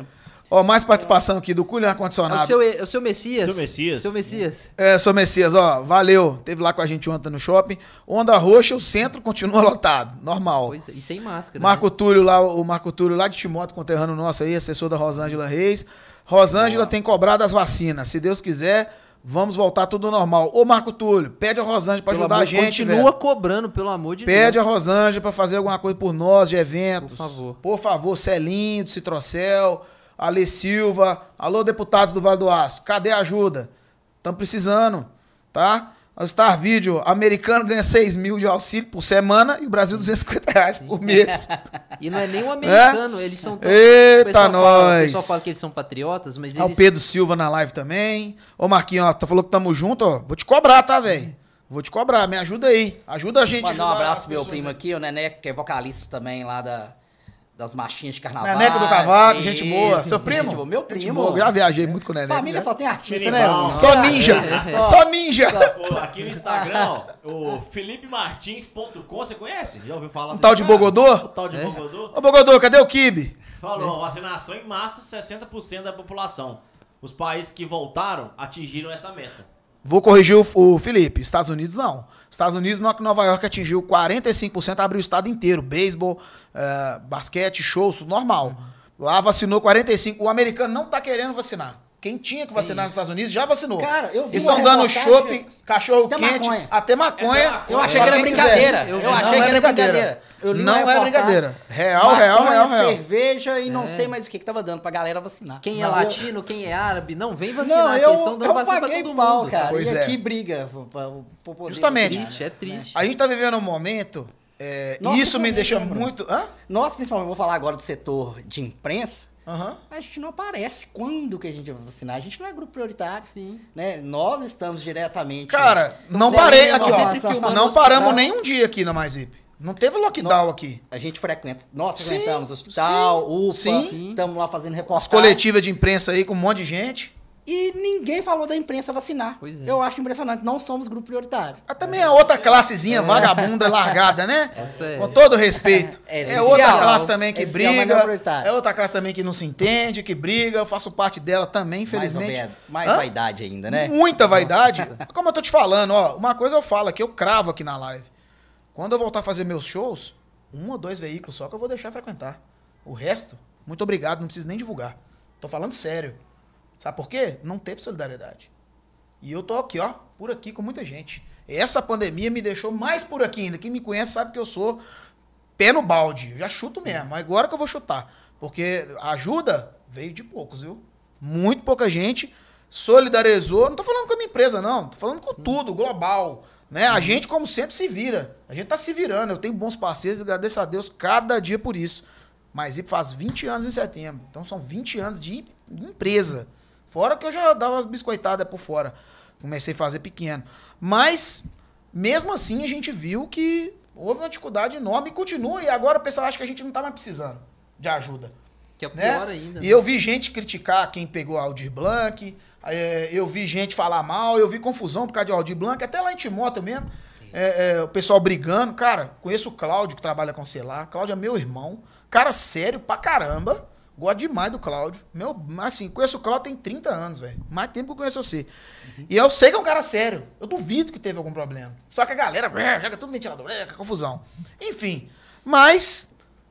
Speaker 1: Ó, mais participação aqui do Cooler
Speaker 3: É o
Speaker 1: Ar-Condicionado.
Speaker 3: seu, é o seu Messias.
Speaker 4: Seu Messias.
Speaker 3: Seu Messias.
Speaker 1: É, seu Messias, ó, valeu. Teve lá com a gente ontem no shopping. Onda Roxa, o centro continua lotado. Normal.
Speaker 3: Pois é, e sem máscara.
Speaker 1: Marco
Speaker 3: né?
Speaker 1: Túlio lá, o Marco Túlio lá de Timóteo, conterrâneo nosso aí, assessor da Rosângela Reis. Rosângela tem cobrado as vacinas. Se Deus quiser, vamos voltar tudo normal. Ô, Marco Túlio, pede a Rosângela pra
Speaker 3: Pelo
Speaker 1: ajudar
Speaker 3: amor-
Speaker 1: a gente,
Speaker 3: Continua
Speaker 1: velho.
Speaker 3: cobrando, pelo amor de
Speaker 1: Pede
Speaker 3: Deus.
Speaker 1: a Rosângela pra fazer alguma coisa por nós, de eventos.
Speaker 3: Por favor.
Speaker 1: Por favor, Celinho, do Citrocel, Ale Silva. Alô, deputados do Vale do Aço, cadê a ajuda? Estamos precisando, tá? O Star Video, americano ganha seis mil de auxílio por semana e o Brasil duzentos e cinquenta reais por mês.
Speaker 3: E não é nem um americano, eles são... tão-
Speaker 1: Eita,
Speaker 3: o pessoal fala-
Speaker 1: nós.
Speaker 3: O pessoal fala que eles são patriotas, mas
Speaker 1: Ó, o
Speaker 3: eles...
Speaker 1: Pedro Silva na live também. Ô, Marquinhos, ó, tu falou que tamo junto, ó. Vou te cobrar, tá, velho? Vou te cobrar, me ajuda aí. Ajuda a gente.
Speaker 2: Mandar um
Speaker 1: ajudar
Speaker 2: abraço
Speaker 1: as
Speaker 2: pro meu
Speaker 1: pessoas
Speaker 2: primo
Speaker 1: aí.
Speaker 2: aqui, o Neneco, que é vocalista também lá da, das marchinhas de carnaval.
Speaker 1: Neneco do Cavaco, gente boa.
Speaker 2: Isso,
Speaker 1: Seu primo?
Speaker 2: gente boa. Meu
Speaker 1: Gente
Speaker 2: primo.
Speaker 1: boa, já viajei muito com o Neneco.
Speaker 2: Família
Speaker 1: já.
Speaker 2: só tem artista,
Speaker 4: Menino
Speaker 2: né?
Speaker 4: bom.
Speaker 1: Só ninja! Só ninja!
Speaker 4: Pô, aqui no Instagram, ó, o felipe martins ponto com, você conhece? Já ouviu falar
Speaker 1: Um
Speaker 4: desse
Speaker 1: tal de
Speaker 4: cara?
Speaker 1: Bogodô?
Speaker 4: O tal de
Speaker 3: É.
Speaker 4: Bogodô?
Speaker 1: Ô, Bogodô, cadê o Kibe?
Speaker 4: Falou, vacinação em massa, sessenta por cento da população. Os países que voltaram atingiram essa meta.
Speaker 1: Vou corrigir o, o Felipe. Estados Unidos não. Estados Unidos, Nova York atingiu quarenta e cinco por cento, abriu o estado inteiro. Beisebol, eh, basquete, shows, tudo normal. Lá vacinou quarenta e cinco por cento. O americano não tá querendo vacinar. Quem tinha que vacinar nos Estados Unidos já vacinou.
Speaker 2: Cara, eu vi
Speaker 1: Estão
Speaker 2: uma
Speaker 1: dando
Speaker 2: reportagem
Speaker 1: chopp, cachorro
Speaker 2: até
Speaker 1: quente,
Speaker 2: maconha.
Speaker 1: até maconha.
Speaker 4: É,
Speaker 2: Eu achei
Speaker 1: pra
Speaker 2: que era
Speaker 1: quem
Speaker 2: brincadeira.
Speaker 1: quiser.
Speaker 2: Eu
Speaker 1: Não
Speaker 2: achei
Speaker 1: é
Speaker 2: que era brincadeira. Eu li
Speaker 1: Não
Speaker 2: uma
Speaker 1: é
Speaker 2: reportagem,
Speaker 1: brincadeira. Real, real,
Speaker 2: maconha,
Speaker 1: real, real.
Speaker 2: cerveja e não sei mais o que que tava dando pra galera vacinar.
Speaker 3: Quem é
Speaker 2: Mas eu-
Speaker 3: latino, quem é árabe, não vem vacinar,
Speaker 2: Não,
Speaker 3: que
Speaker 2: eu,
Speaker 3: eles estão dando
Speaker 2: eu
Speaker 3: vacina pra
Speaker 2: paguei
Speaker 3: todo
Speaker 2: pau,
Speaker 3: mundo.
Speaker 2: cara.
Speaker 1: Pois
Speaker 2: e
Speaker 1: é.
Speaker 2: aqui briga. pra- pra poder
Speaker 1: Justamente.
Speaker 2: vacinar,
Speaker 3: Triste, é
Speaker 2: né?
Speaker 3: triste.
Speaker 1: A gente tá vivendo um momento, é,
Speaker 2: Nossa,
Speaker 1: e isso me
Speaker 2: eu
Speaker 1: deixa
Speaker 2: lembro.
Speaker 1: muito... Hã?
Speaker 2: Nós, principalmente, vou falar agora do setor de imprensa,
Speaker 1: Aham.
Speaker 2: a gente não aparece quando que a gente vai vacinar. A gente não é grupo prioritário.
Speaker 3: Sim.
Speaker 2: Né? Nós estamos diretamente...
Speaker 1: Cara, não
Speaker 2: Você
Speaker 1: parei
Speaker 2: lembra,
Speaker 1: aqui, ó.
Speaker 2: sempre
Speaker 3: filmando
Speaker 1: Não
Speaker 3: no hospital.
Speaker 1: paramos nem um dia aqui na Mais I P. Não teve lockdown aqui.
Speaker 2: A gente frequenta. Nós
Speaker 1: Sim,
Speaker 2: frequentamos o hospital,
Speaker 1: sim,
Speaker 2: U P A,
Speaker 1: sim.
Speaker 2: estamos lá fazendo
Speaker 1: As
Speaker 2: reportagem.
Speaker 1: coletivas de imprensa aí com um monte de gente.
Speaker 2: E ninguém falou da imprensa vacinar.
Speaker 3: Pois é.
Speaker 2: Eu acho impressionante. Não somos grupo prioritário.
Speaker 1: Ah, também é outra classezinha vagabunda largada, né?
Speaker 3: Essa é-
Speaker 1: Com todo respeito.
Speaker 2: É
Speaker 1: É,
Speaker 2: essencial.
Speaker 1: outra classe também que
Speaker 2: Essencial, mas não
Speaker 1: briga.
Speaker 2: é prioritário.
Speaker 1: É outra classe também que não se entende, que briga. Eu faço parte dela também, infelizmente.
Speaker 2: Mais, vaidade- mais
Speaker 1: Hã?
Speaker 2: vaidade ainda, né?
Speaker 1: Muita vaidade. Como eu tô te falando, ó, uma coisa eu falo aqui, eu cravo aqui na live. Quando eu voltar a fazer meus shows, um ou dois veículos só que eu vou deixar frequentar. O resto, muito obrigado, não preciso nem divulgar. Tô falando sério. Sabe por quê? Não teve solidariedade. E eu tô aqui, ó, por aqui com muita gente. Essa pandemia me deixou mais por aqui ainda. Quem me conhece sabe que eu sou pé no balde. Eu já chuto mesmo. Agora que eu vou chutar. Porque a ajuda veio de poucos, viu? Muito pouca gente solidarizou. Não tô falando com a minha empresa, não. Tô falando com tudo, global. Né? A gente, como sempre, se vira. A gente tá se virando. Eu tenho bons parceiros e agradeço a Deus cada dia por isso. Mas I P faz vinte anos em setembro. Então são vinte anos de empresa. Fora que eu já dava umas biscoitadas por fora. Comecei a fazer pequeno. Mas, mesmo assim, a gente viu que houve uma dificuldade enorme e continua. E agora o pessoal acha que a gente não tá mais precisando de ajuda.
Speaker 3: Que é
Speaker 1: Né?
Speaker 3: pior ainda.
Speaker 1: E
Speaker 3: né?
Speaker 1: eu vi gente criticar quem pegou a Aldir Blanc. é, eu vi gente falar mal. Eu vi confusão por causa de Aldir Blanc. Até lá em Timóteo mesmo. é, é, o pessoal brigando. Cara, conheço o Cláudio, que trabalha com Celar. Cláudio é meu irmão. Cara sério pra caramba. Gosto demais do Cláudio. Meu, assim, conheço o Cláudio tem trinta anos, velho. Mais tempo que eu conheço você. Uhum. E eu sei que é um cara sério. Eu duvido que teve algum problema. Só que a galera brrr, joga tudo no ventilador, brrr, que confusão. Enfim. Mas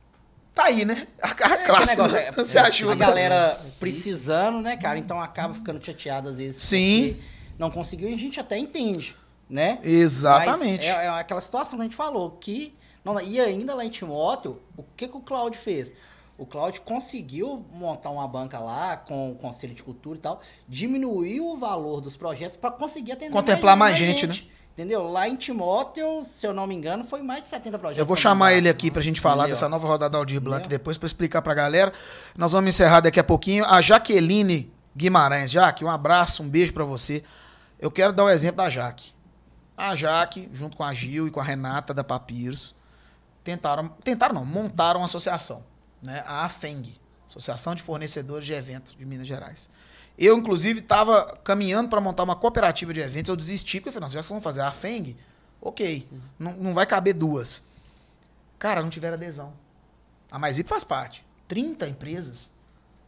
Speaker 1: tá aí, né? A, a
Speaker 2: É,
Speaker 1: classe
Speaker 2: que negócio,
Speaker 1: não
Speaker 2: é,
Speaker 1: se ajuda.
Speaker 2: A galera precisando, né, cara? Então acaba ficando chateado às vezes.
Speaker 1: Sim.
Speaker 2: porque não conseguiu e a gente até entende, né?
Speaker 1: Exatamente.
Speaker 2: Mas é, é aquela situação que a gente falou, que... Não, e ainda lá em Timóteo, o que, que o Cláudio fez? O Cláudio conseguiu montar uma banca lá com o Conselho de Cultura e tal, diminuiu o valor dos projetos para conseguir atender
Speaker 1: Contemplar mais gente, né?
Speaker 2: Entendeu? Lá em Timóteo, se eu não me engano, foi mais de setenta projetos.
Speaker 1: Eu vou
Speaker 2: também
Speaker 1: chamar
Speaker 2: lá.
Speaker 1: ele aqui pra gente falar
Speaker 2: Entendeu?
Speaker 1: dessa nova rodada da Aldir Blanc
Speaker 2: Entendeu?
Speaker 1: depois pra explicar pra galera. Nós vamos encerrar daqui a pouquinho. A Jaqueline Guimarães. Jaque, um abraço, um beijo pra você. Eu quero dar o exemplo da Jaque. A Jaque, junto com a Gil e com a Renata da Papiros, tentaram, tentaram não, montaram uma associação, né? A AFENG, Associação de Fornecedores de Eventos de Minas Gerais. Eu, inclusive, estava caminhando para montar uma cooperativa de eventos, eu desisti, porque eu falei, não, já que vocês vão fazer a AFENG, ok, não, não vai caber duas. Cara, não tiveram adesão. A Mais I P faz parte. trinta empresas.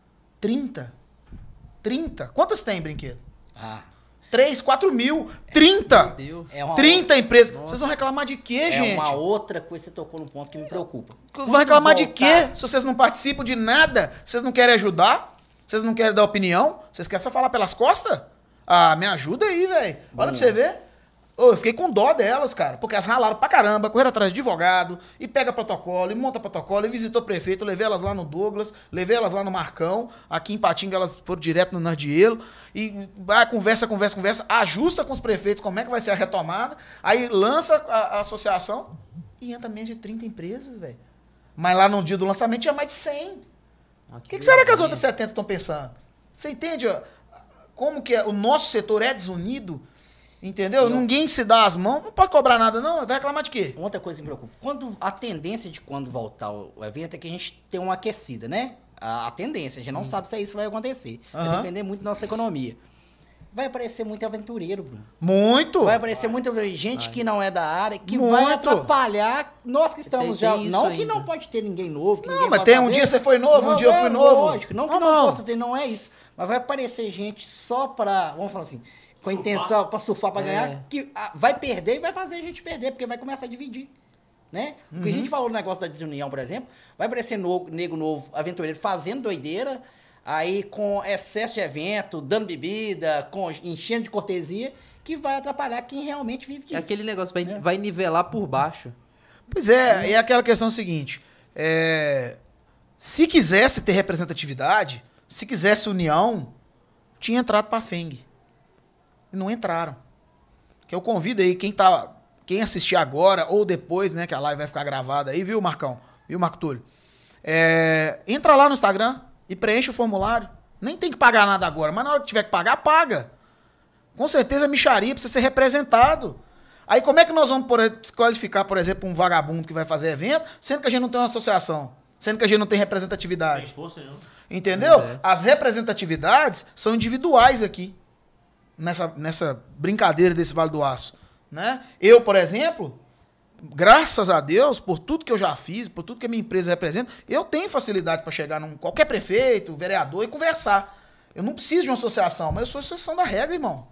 Speaker 1: trinta. trinta. Quantas tem brinquedo?
Speaker 2: Ah,
Speaker 1: três, quatro mil. trinta.
Speaker 3: Meu Deus.
Speaker 2: é uma,
Speaker 1: trinta empresas.
Speaker 3: Nossa.
Speaker 1: Vocês vão reclamar de quê,
Speaker 2: é
Speaker 1: gente?
Speaker 2: uma outra coisa que você tocou num ponto que me preocupa.
Speaker 1: Vão reclamar de
Speaker 2: voltar-
Speaker 1: quê? Se vocês não participam de nada, vocês não querem ajudar, vocês não querem dar opinião, vocês querem só falar pelas costas? Ah, me ajuda aí, velho. Olha pra você ver. Ô, eu fiquei com dó delas, cara, porque elas ralaram pra caramba, correram atrás de advogado, e pega protocolo, e monta protocolo, e visitou o prefeito, levei elas lá no Douglas, levei elas lá no Marcão, aqui em Patinga elas foram direto no Nardielo, e vai, conversa, conversa, conversa, ajusta com os prefeitos como é que vai ser a retomada, aí lança a, a associação, e entra menos de trinta empresas, velho. Mas lá no dia do lançamento tinha mais de cem. O que, que será que as outras setenta estão pensando? Você entende ó, como que é, o nosso setor é desunido? Entendeu?
Speaker 2: Não.
Speaker 1: Ninguém se dá as mãos, não pode cobrar nada, não. Vai reclamar de quê?
Speaker 2: Outra coisa que me preocupa. Quando, a tendência de quando voltar o, o evento é que a gente tem uma aquecida, né? A, a tendência, a gente não sabe se isso vai acontecer. Vai
Speaker 1: Aham.
Speaker 2: depender muito da nossa economia. Vai aparecer muito aventureiro, Bruno.
Speaker 1: Muito.
Speaker 2: Vai aparecer muita gente que não é da área, que
Speaker 1: Muito.
Speaker 2: vai atrapalhar nós que estamos
Speaker 3: Tem-
Speaker 2: já.
Speaker 3: tem isso
Speaker 2: Não que
Speaker 3: ainda.
Speaker 2: não pode ter ninguém novo. Que
Speaker 1: Não,
Speaker 2: ninguém
Speaker 1: mas
Speaker 2: pode
Speaker 1: tem um
Speaker 2: fazer.
Speaker 1: dia você foi novo, um dia eu
Speaker 2: é
Speaker 1: fui novo.
Speaker 2: Lógico, não que
Speaker 1: Não,
Speaker 2: não,
Speaker 1: não.
Speaker 2: possa ter, não é isso. Mas vai aparecer gente só pra, vamos falar assim, com a
Speaker 4: Surfar.
Speaker 2: intenção pra surfar, pra
Speaker 3: É.
Speaker 2: ganhar, que ah, vai perder e vai fazer a gente perder, porque vai começar a dividir. Né? O que a
Speaker 1: Uhum.
Speaker 2: gente falou no negócio da desunião, por exemplo, vai aparecer no, nego novo, aventureiro, fazendo doideira, aí com excesso de evento, dando bebida, com, enchendo de cortesia, que vai atrapalhar quem realmente vive disso.
Speaker 3: É aquele negócio, vai,
Speaker 2: É.
Speaker 3: vai nivelar por baixo.
Speaker 1: Pois é, e é aquela questão seguinte. é, se quisesse ter representatividade, se quisesse união, tinha entrado pra F E N G. E não entraram. Que eu convido aí, quem tá. Quem assistir agora ou depois, né? Que a live vai ficar gravada aí, viu, Marcão? Viu, Marco Túlio? É, entra lá no Instagram e preenche o formulário. Nem tem que pagar nada agora, mas na hora que tiver que pagar, paga. Com certeza, micharia precisa ser representado. Aí como é que nós vamos por, desqualificar, por exemplo, um vagabundo que vai fazer evento, sendo que a gente não tem uma associação, sendo que a gente não tem
Speaker 4: Tem
Speaker 1: representatividade?
Speaker 4: força nenhuma.
Speaker 1: Entendeu?
Speaker 3: É.
Speaker 1: As representatividades são individuais aqui, nessa, nessa brincadeira desse Vale do Aço. Né? Eu, por exemplo, graças a Deus, por tudo que eu já fiz, por tudo que a minha empresa representa, eu tenho facilidade para chegar num qualquer prefeito, vereador e conversar. Eu não preciso de uma associação, mas eu sou associação da regra, irmão.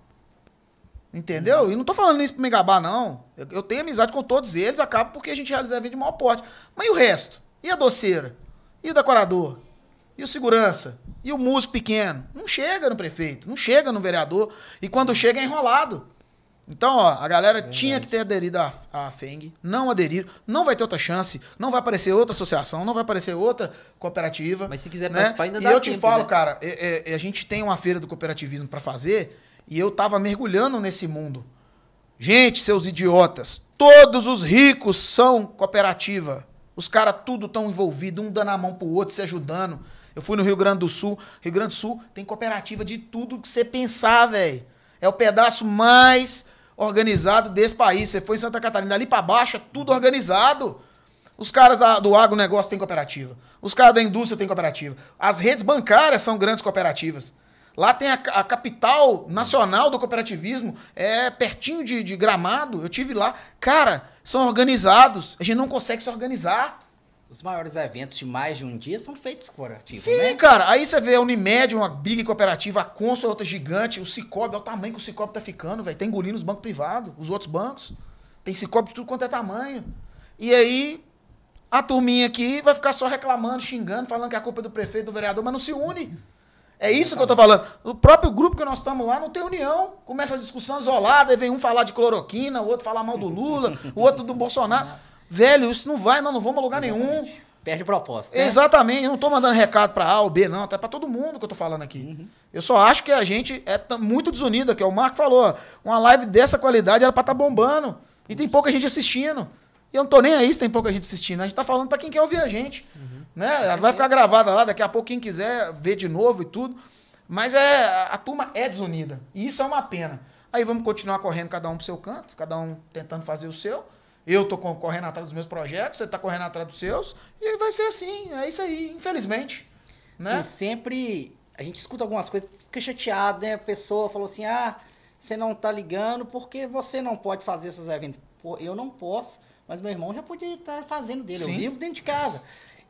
Speaker 1: Entendeu? E não tô falando isso pra me gabar, não. Eu, eu tenho amizade com todos eles, acaba porque a gente realiza evento de maior porte. Mas e o resto? E a doceira? E o decorador? E o segurança? E o músico pequeno? Não chega no prefeito, não chega no vereador. E quando chega é enrolado. Então, ó, a galera tinha que ter aderido à, à F E N G, não aderiram, não vai ter outra chance, não vai aparecer outra associação, não vai aparecer outra cooperativa.
Speaker 3: Mas se quiser
Speaker 1: né?
Speaker 3: participar, ainda
Speaker 1: E
Speaker 3: dá
Speaker 1: eu te
Speaker 3: tempo,
Speaker 1: falo,
Speaker 3: né?
Speaker 1: cara, é- é- a gente tem uma feira do cooperativismo pra fazer e eu tava mergulhando nesse mundo. Gente, seus idiotas, todos os ricos são cooperativa. Os caras tudo tão envolvidos, um dando a mão pro outro, se ajudando. Eu fui no Rio Grande do Sul. Rio Grande do Sul tem cooperativa de tudo que você pensar, velho. É o pedaço mais organizado desse país. Você foi em Santa Catarina, dali pra baixo é tudo organizado. Os caras da- do agronegócio têm cooperativa. Os caras da indústria têm cooperativa. As redes bancárias são grandes cooperativas. Lá tem a, a capital nacional do cooperativismo, é pertinho de, de Gramado. Eu tive lá. Cara, são organizados. A gente não consegue se organizar.
Speaker 2: Os maiores eventos de mais de um dia são feitos cooperativos,
Speaker 1: Sim,
Speaker 2: né?
Speaker 1: cara. Aí você vê a Unimed, uma big cooperativa, a Consul é outra gigante, o Cicobi, olha o tamanho que o Cicobi tá ficando, velho. Tá engolindo os bancos privados, os outros bancos. Tem Cicobi de tudo quanto é tamanho. E aí, a turminha aqui vai ficar só reclamando, xingando, falando que a culpa é do prefeito, do vereador, mas não se une. É isso que eu tô falando. O próprio grupo que nós estamos lá não tem união. Começa a discussão isolada, aí vem um falar de cloroquina, o outro falar mal do Lula, o outro do Bolsonaro. Velho, isso não vai, nós não vamos a lugar nenhum.
Speaker 2: Perde proposta. Né?
Speaker 1: Exatamente, eu não tô mandando recado pra A ou B, não, tá pra todo mundo que eu tô falando aqui. Eu só acho que a gente é t- muito desunida, que é o Marco falou, uma live dessa qualidade era pra estar bombando, e tem pouca gente assistindo. E eu não tô nem aí se tem pouca gente assistindo, a gente tá falando pra quem quer ouvir a gente. Né? Vai ficar gravada lá, daqui a pouco quem quiser ver de novo e tudo. Mas é, a turma é desunida, e isso é uma pena. Aí vamos continuar correndo cada um pro seu canto, cada um tentando fazer o seu. Eu tô co- correndo atrás dos meus projetos, você tá correndo atrás dos seus, e vai ser assim, é isso aí, infelizmente. Né?
Speaker 2: Sim, sempre a gente escuta algumas coisas, fica chateado, né? A pessoa falou assim, ah, você não tá ligando porque você não pode fazer seus eventos. Pô, eu não posso, mas meu irmão já podia estar fazendo dele,
Speaker 1: Sim.
Speaker 2: eu vivo dentro de casa.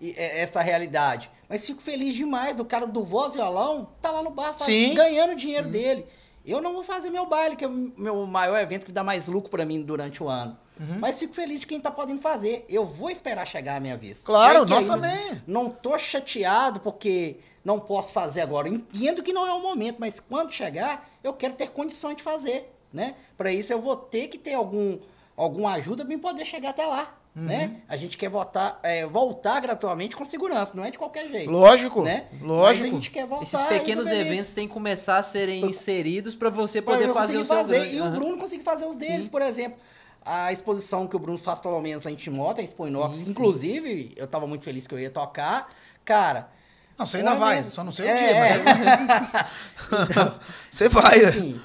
Speaker 2: e- é- essa realidade. Mas fico feliz demais do cara do voz e violão tá lá no bar faz-
Speaker 1: Sim.
Speaker 2: ganhando o dinheiro dele. Eu não vou fazer meu baile, que é o meu maior evento que dá mais lucro pra mim durante o ano.
Speaker 1: Uhum.
Speaker 2: Mas fico feliz de quem tá podendo fazer. Eu vou esperar chegar a minha vez.
Speaker 1: Claro,
Speaker 2: Sei que
Speaker 1: nós
Speaker 2: ainda
Speaker 1: também.
Speaker 2: Não tô chateado porque não posso fazer agora. Entendo que não é o momento, mas quando chegar, eu quero ter condições de fazer, né? Para isso eu vou ter que ter algum, alguma ajuda para poder chegar até lá,
Speaker 1: Uhum.
Speaker 2: né? A gente quer voltar, é, voltar gratuitamente com segurança, não é de qualquer jeito.
Speaker 1: Lógico,
Speaker 2: né?
Speaker 1: lógico.
Speaker 2: Mas a gente quer voltar.
Speaker 3: Esses pequenos
Speaker 2: e feliz.
Speaker 3: eventos têm que começar a serem inseridos para você
Speaker 2: Pra
Speaker 3: poder
Speaker 2: eu
Speaker 3: fazer o
Speaker 2: conseguir
Speaker 3: seu
Speaker 2: fazer,
Speaker 3: grande.
Speaker 2: E o
Speaker 3: Aham.
Speaker 2: Bruno conseguir fazer os deles,
Speaker 3: Sim.
Speaker 2: por exemplo. A exposição que o Bruno faz, pelo menos, lá em Timóteo, a Expo Inox,
Speaker 3: Sim,
Speaker 2: inclusive, eu tava muito feliz que eu ia tocar. Cara...
Speaker 1: Não, você ainda
Speaker 2: um
Speaker 1: vai,
Speaker 2: evento-
Speaker 1: só não sei o
Speaker 2: é,
Speaker 1: dia,
Speaker 2: é.
Speaker 1: mas você, você vai.
Speaker 2: Assim,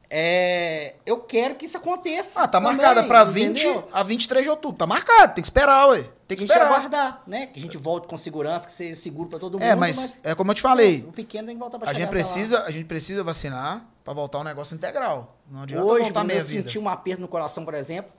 Speaker 2: é, eu quero que isso aconteça.
Speaker 1: Ah, tá
Speaker 2: também,
Speaker 1: marcada pra vinte
Speaker 2: entendeu?
Speaker 1: a vinte e três de outubro. Tá marcado, tem que esperar, ué. Tem que
Speaker 2: A gente
Speaker 1: esperar.
Speaker 2: aguardar, né? Que a gente volte com segurança, que seja seguro pra todo mundo.
Speaker 1: É, mas, é como eu te falei.
Speaker 2: O pequeno tem que voltar pra
Speaker 1: A
Speaker 2: chegar
Speaker 1: gente,
Speaker 2: até lá.
Speaker 1: precisa, a gente precisa vacinar pra voltar um negócio integral. Não adianta
Speaker 2: Hoje,
Speaker 1: voltar
Speaker 2: Bruno,
Speaker 1: meia
Speaker 2: eu
Speaker 1: vida.
Speaker 2: senti um aperto no coração, por exemplo.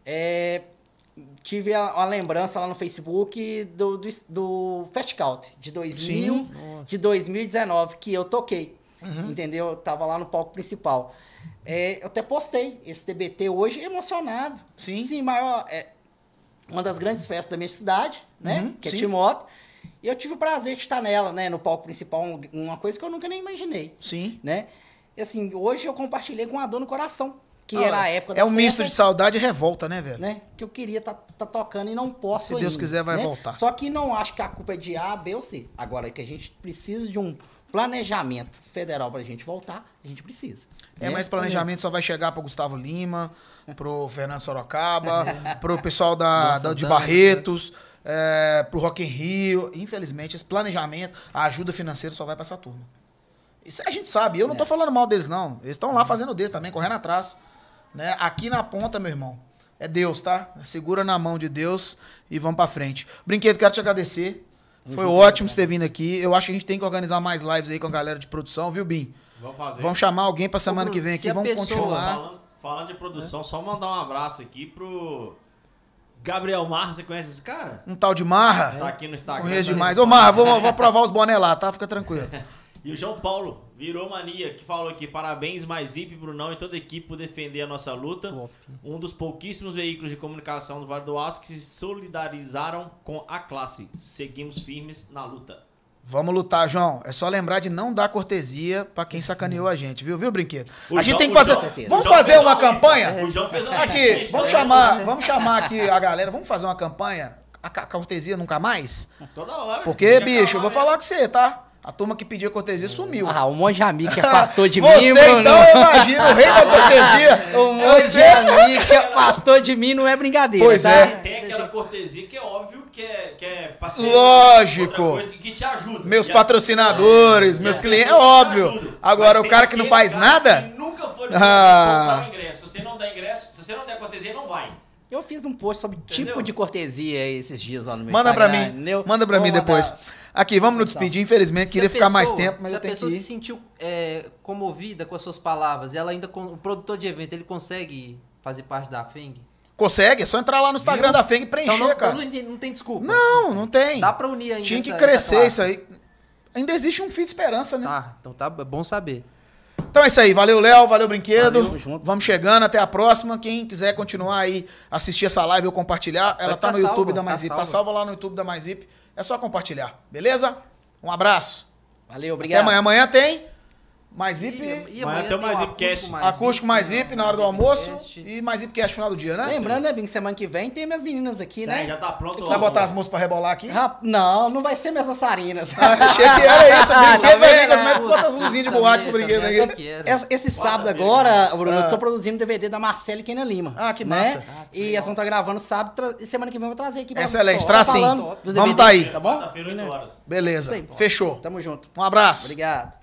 Speaker 2: É, tive a- uma lembrança lá no Facebook do, do, do Fast Count de, dois mil, de dois mil e dezenove, que eu toquei.
Speaker 1: Uhum.
Speaker 2: Entendeu? Eu tava lá no palco principal. É, eu até postei esse T B T hoje emocionado.
Speaker 1: Sim.
Speaker 2: Sim, maior. É, uma das grandes festas da minha cidade, né?
Speaker 1: Uhum,
Speaker 2: que é
Speaker 1: sim.
Speaker 2: Timóteo. E eu tive o prazer de estar nela, né? No palco principal, um- uma coisa que eu nunca nem imaginei.
Speaker 1: Sim.
Speaker 2: Né? E assim, hoje eu compartilhei com a dor no coração. Que
Speaker 1: Ah,
Speaker 2: era a época
Speaker 1: É um
Speaker 2: festa,
Speaker 1: misto de saudade e revolta, né, velho?
Speaker 2: né? Que eu queria estar tocando e não posso
Speaker 1: Se Deus
Speaker 2: ainda,
Speaker 1: quiser, vai
Speaker 2: né?
Speaker 1: voltar.
Speaker 2: Só que não acho que a culpa é de A, B ou C. Agora, é que a gente precisa de um planejamento federal pra gente voltar, a gente precisa.
Speaker 1: É,
Speaker 2: né?
Speaker 1: mas planejamento só vai chegar para Gustavo Lima, pro Fernando Sorocaba, pro pessoal da,
Speaker 3: Nossa,
Speaker 1: da- de
Speaker 3: Dança.
Speaker 1: Barretos, é, pro Rock in Rio. Infelizmente, esse planejamento, a ajuda financeira só vai para essa turma. Isso a gente sabe. Eu não tô
Speaker 2: É.
Speaker 1: falando mal deles, não. Eles estão lá fazendo deles também, correndo atrás. Né? Aqui na ponta, meu irmão, é Deus, tá? Segura na mão de Deus e vamos pra frente. Brinquedo, quero te agradecer. Foi ótimo você ter vindo aqui. Eu acho que a gente tem que organizar mais lives aí com a galera de produção, viu, Bim?
Speaker 4: Vamos fazer.
Speaker 1: Vamos chamar alguém pra semana
Speaker 3: Bruno,
Speaker 1: que vem
Speaker 3: se
Speaker 1: aqui.
Speaker 3: a
Speaker 1: Vamos
Speaker 3: pessoa-
Speaker 1: continuar.
Speaker 4: Falando, falando de produção, só mandar um abraço aqui pro Gabriel Marra. Você conhece esse cara?
Speaker 1: Um tal de Marra.
Speaker 4: Tá aqui no Instagram.
Speaker 1: Conheço
Speaker 4: tá?
Speaker 1: demais. Ô, Marra, vou, vou provar os boné lá, tá? Fica tranquilo.
Speaker 4: E o João Paulo, virou mania, que falou aqui: parabéns, mais Zip, Brunão e toda a equipe por defender a nossa luta.
Speaker 3: Top.
Speaker 4: Um dos pouquíssimos veículos de comunicação do Vale do Aço que se solidarizaram com a classe. Seguimos firmes na luta.
Speaker 1: Vamos lutar, João. É só lembrar de não dar cortesia pra quem sacaneou a gente, viu, viu, Brinquedo?
Speaker 4: O
Speaker 1: A gente
Speaker 4: João-
Speaker 1: tem que
Speaker 4: o
Speaker 1: fazer.
Speaker 4: João-
Speaker 2: o
Speaker 1: Vamos
Speaker 4: João
Speaker 1: fazer
Speaker 4: fez
Speaker 1: uma
Speaker 4: lista.
Speaker 1: campanha?
Speaker 4: O João fez uma
Speaker 1: Aqui,
Speaker 4: lista,
Speaker 1: vamos
Speaker 4: né?
Speaker 1: chamar, vamos chamar aqui a galera. Vamos fazer uma campanha. A ca- cortesia nunca mais?
Speaker 4: Toda hora.
Speaker 1: Porque,
Speaker 4: tem que
Speaker 1: bicho, eu vou
Speaker 4: acabar,
Speaker 1: falar com você, tá? A turma que pediu cortesia sumiu.
Speaker 2: Ah, um monte de amigo que afastou de
Speaker 1: Você,
Speaker 2: mim, Bruno.
Speaker 1: então, eu imagino, o rei da cortesia.
Speaker 2: Um monte de amigo que afastou de mim não é brincadeira,
Speaker 1: Pois
Speaker 2: tá?
Speaker 1: é.
Speaker 4: né? Tem aquela cortesia que é óbvio que é, que é parceiro.
Speaker 1: Lógico.
Speaker 4: Outra coisa que te ajuda.
Speaker 1: Meus
Speaker 4: E a-
Speaker 1: patrocinadores, meus
Speaker 4: É,
Speaker 1: clientes, é
Speaker 4: te
Speaker 1: óbvio.
Speaker 4: ajuda.
Speaker 1: Agora,
Speaker 4: Mas
Speaker 1: o
Speaker 4: tem
Speaker 1: cara que não
Speaker 4: aquele
Speaker 1: faz
Speaker 4: cara
Speaker 1: nada.
Speaker 4: que nunca foi
Speaker 1: Ah.
Speaker 4: comprar o ingresso. Se você não der ingresso, se você não der cortesia, não vai.
Speaker 2: Eu fiz um post sobre
Speaker 4: Entendeu?
Speaker 2: tipo de cortesia esses dias lá no meu
Speaker 1: Manda pra
Speaker 2: Instagram,
Speaker 1: mim.
Speaker 2: entendeu?
Speaker 1: Manda pra
Speaker 2: Vou
Speaker 1: mim
Speaker 2: mandar.
Speaker 1: depois. Aqui, vamos nos despedir. Infelizmente,
Speaker 3: Se
Speaker 1: queria
Speaker 3: a
Speaker 1: ficar mais
Speaker 3: pessoa-
Speaker 1: tempo, mas
Speaker 3: se
Speaker 1: eu
Speaker 3: a
Speaker 1: tenho que
Speaker 3: pessoa se
Speaker 1: ir.
Speaker 3: sentiu é, comovida com as suas palavras, e ela ainda, con- o produtor de evento, ele consegue fazer parte da F E N G?
Speaker 1: Consegue? É só entrar lá no Instagram
Speaker 3: Viu?
Speaker 1: da F E N G e preencher,
Speaker 3: Então não,
Speaker 1: cara.
Speaker 3: não, tem- não tem desculpa.
Speaker 1: Não, não tem.
Speaker 3: Dá pra unir ainda
Speaker 1: Tinha que
Speaker 3: essa-
Speaker 1: crescer
Speaker 3: essa
Speaker 1: isso
Speaker 3: classe.
Speaker 1: aí. Ainda existe um fio de esperança, né?
Speaker 3: Tá, então tá é bom saber.
Speaker 1: Então é isso aí. Valeu, Léo. Valeu, Brinquedo.
Speaker 2: Valeu, junto.
Speaker 1: Vamos chegando. Até a próxima. Quem quiser continuar aí, assistir essa live ou compartilhar, ela tá
Speaker 3: ficar
Speaker 1: no YouTube
Speaker 3: salva,
Speaker 1: da
Speaker 3: tá
Speaker 1: Mais Zip. Tá
Speaker 3: salva.
Speaker 1: salva lá no YouTube da Mais Zip. É só compartilhar. Beleza? Um abraço.
Speaker 2: Valeu,
Speaker 1: Até
Speaker 2: obrigado.
Speaker 1: amanhã. Amanhã tem Mais
Speaker 3: E,
Speaker 1: Zip.
Speaker 3: e
Speaker 4: Amanhã
Speaker 3: amanhã
Speaker 4: tem
Speaker 3: tem
Speaker 4: mais
Speaker 3: o
Speaker 4: Zipcast.
Speaker 1: Acústico Mais Zip na hora do almoço.
Speaker 3: Zipcast.
Speaker 1: E Mais Zipcast final do dia, né?
Speaker 2: Lembrando, né, Bim, que semana que vem tem minhas meninas aqui, né?
Speaker 4: É, já tá pronto.
Speaker 1: Você vai botar as músicas pra rebolar aqui?
Speaker 2: Rap- Não, não vai ser minhas dançarinas.
Speaker 1: Achei que era isso. O
Speaker 2: Ah,
Speaker 1: brinquedo
Speaker 2: tá
Speaker 1: vai vir
Speaker 2: vendo?
Speaker 1: com as mesmas botas luzinhas de boate pro brinquedo
Speaker 3: Também
Speaker 1: aqui.
Speaker 3: achei que era.
Speaker 2: Esse, esse sábado
Speaker 4: Quarta-feira,
Speaker 2: agora, Bruno,
Speaker 1: Ah.
Speaker 2: eu tô produzindo D V D da Marcela e Kena Lima.
Speaker 1: Ah, que
Speaker 2: né?
Speaker 1: massa.
Speaker 2: E elas vão estar gravando sábado tra- e semana que vem eu vou trazer aqui pra
Speaker 1: Excelente,
Speaker 2: pra-
Speaker 1: traz sim.
Speaker 2: falando do
Speaker 1: Vamos
Speaker 2: D V D,
Speaker 1: tá aí.
Speaker 2: Tá bom?
Speaker 4: Quarta-feira, oito horas.
Speaker 1: Beleza.
Speaker 2: Isso aí, pô.
Speaker 1: Fechou.
Speaker 2: Tamo junto.
Speaker 1: Um abraço.
Speaker 2: Obrigado.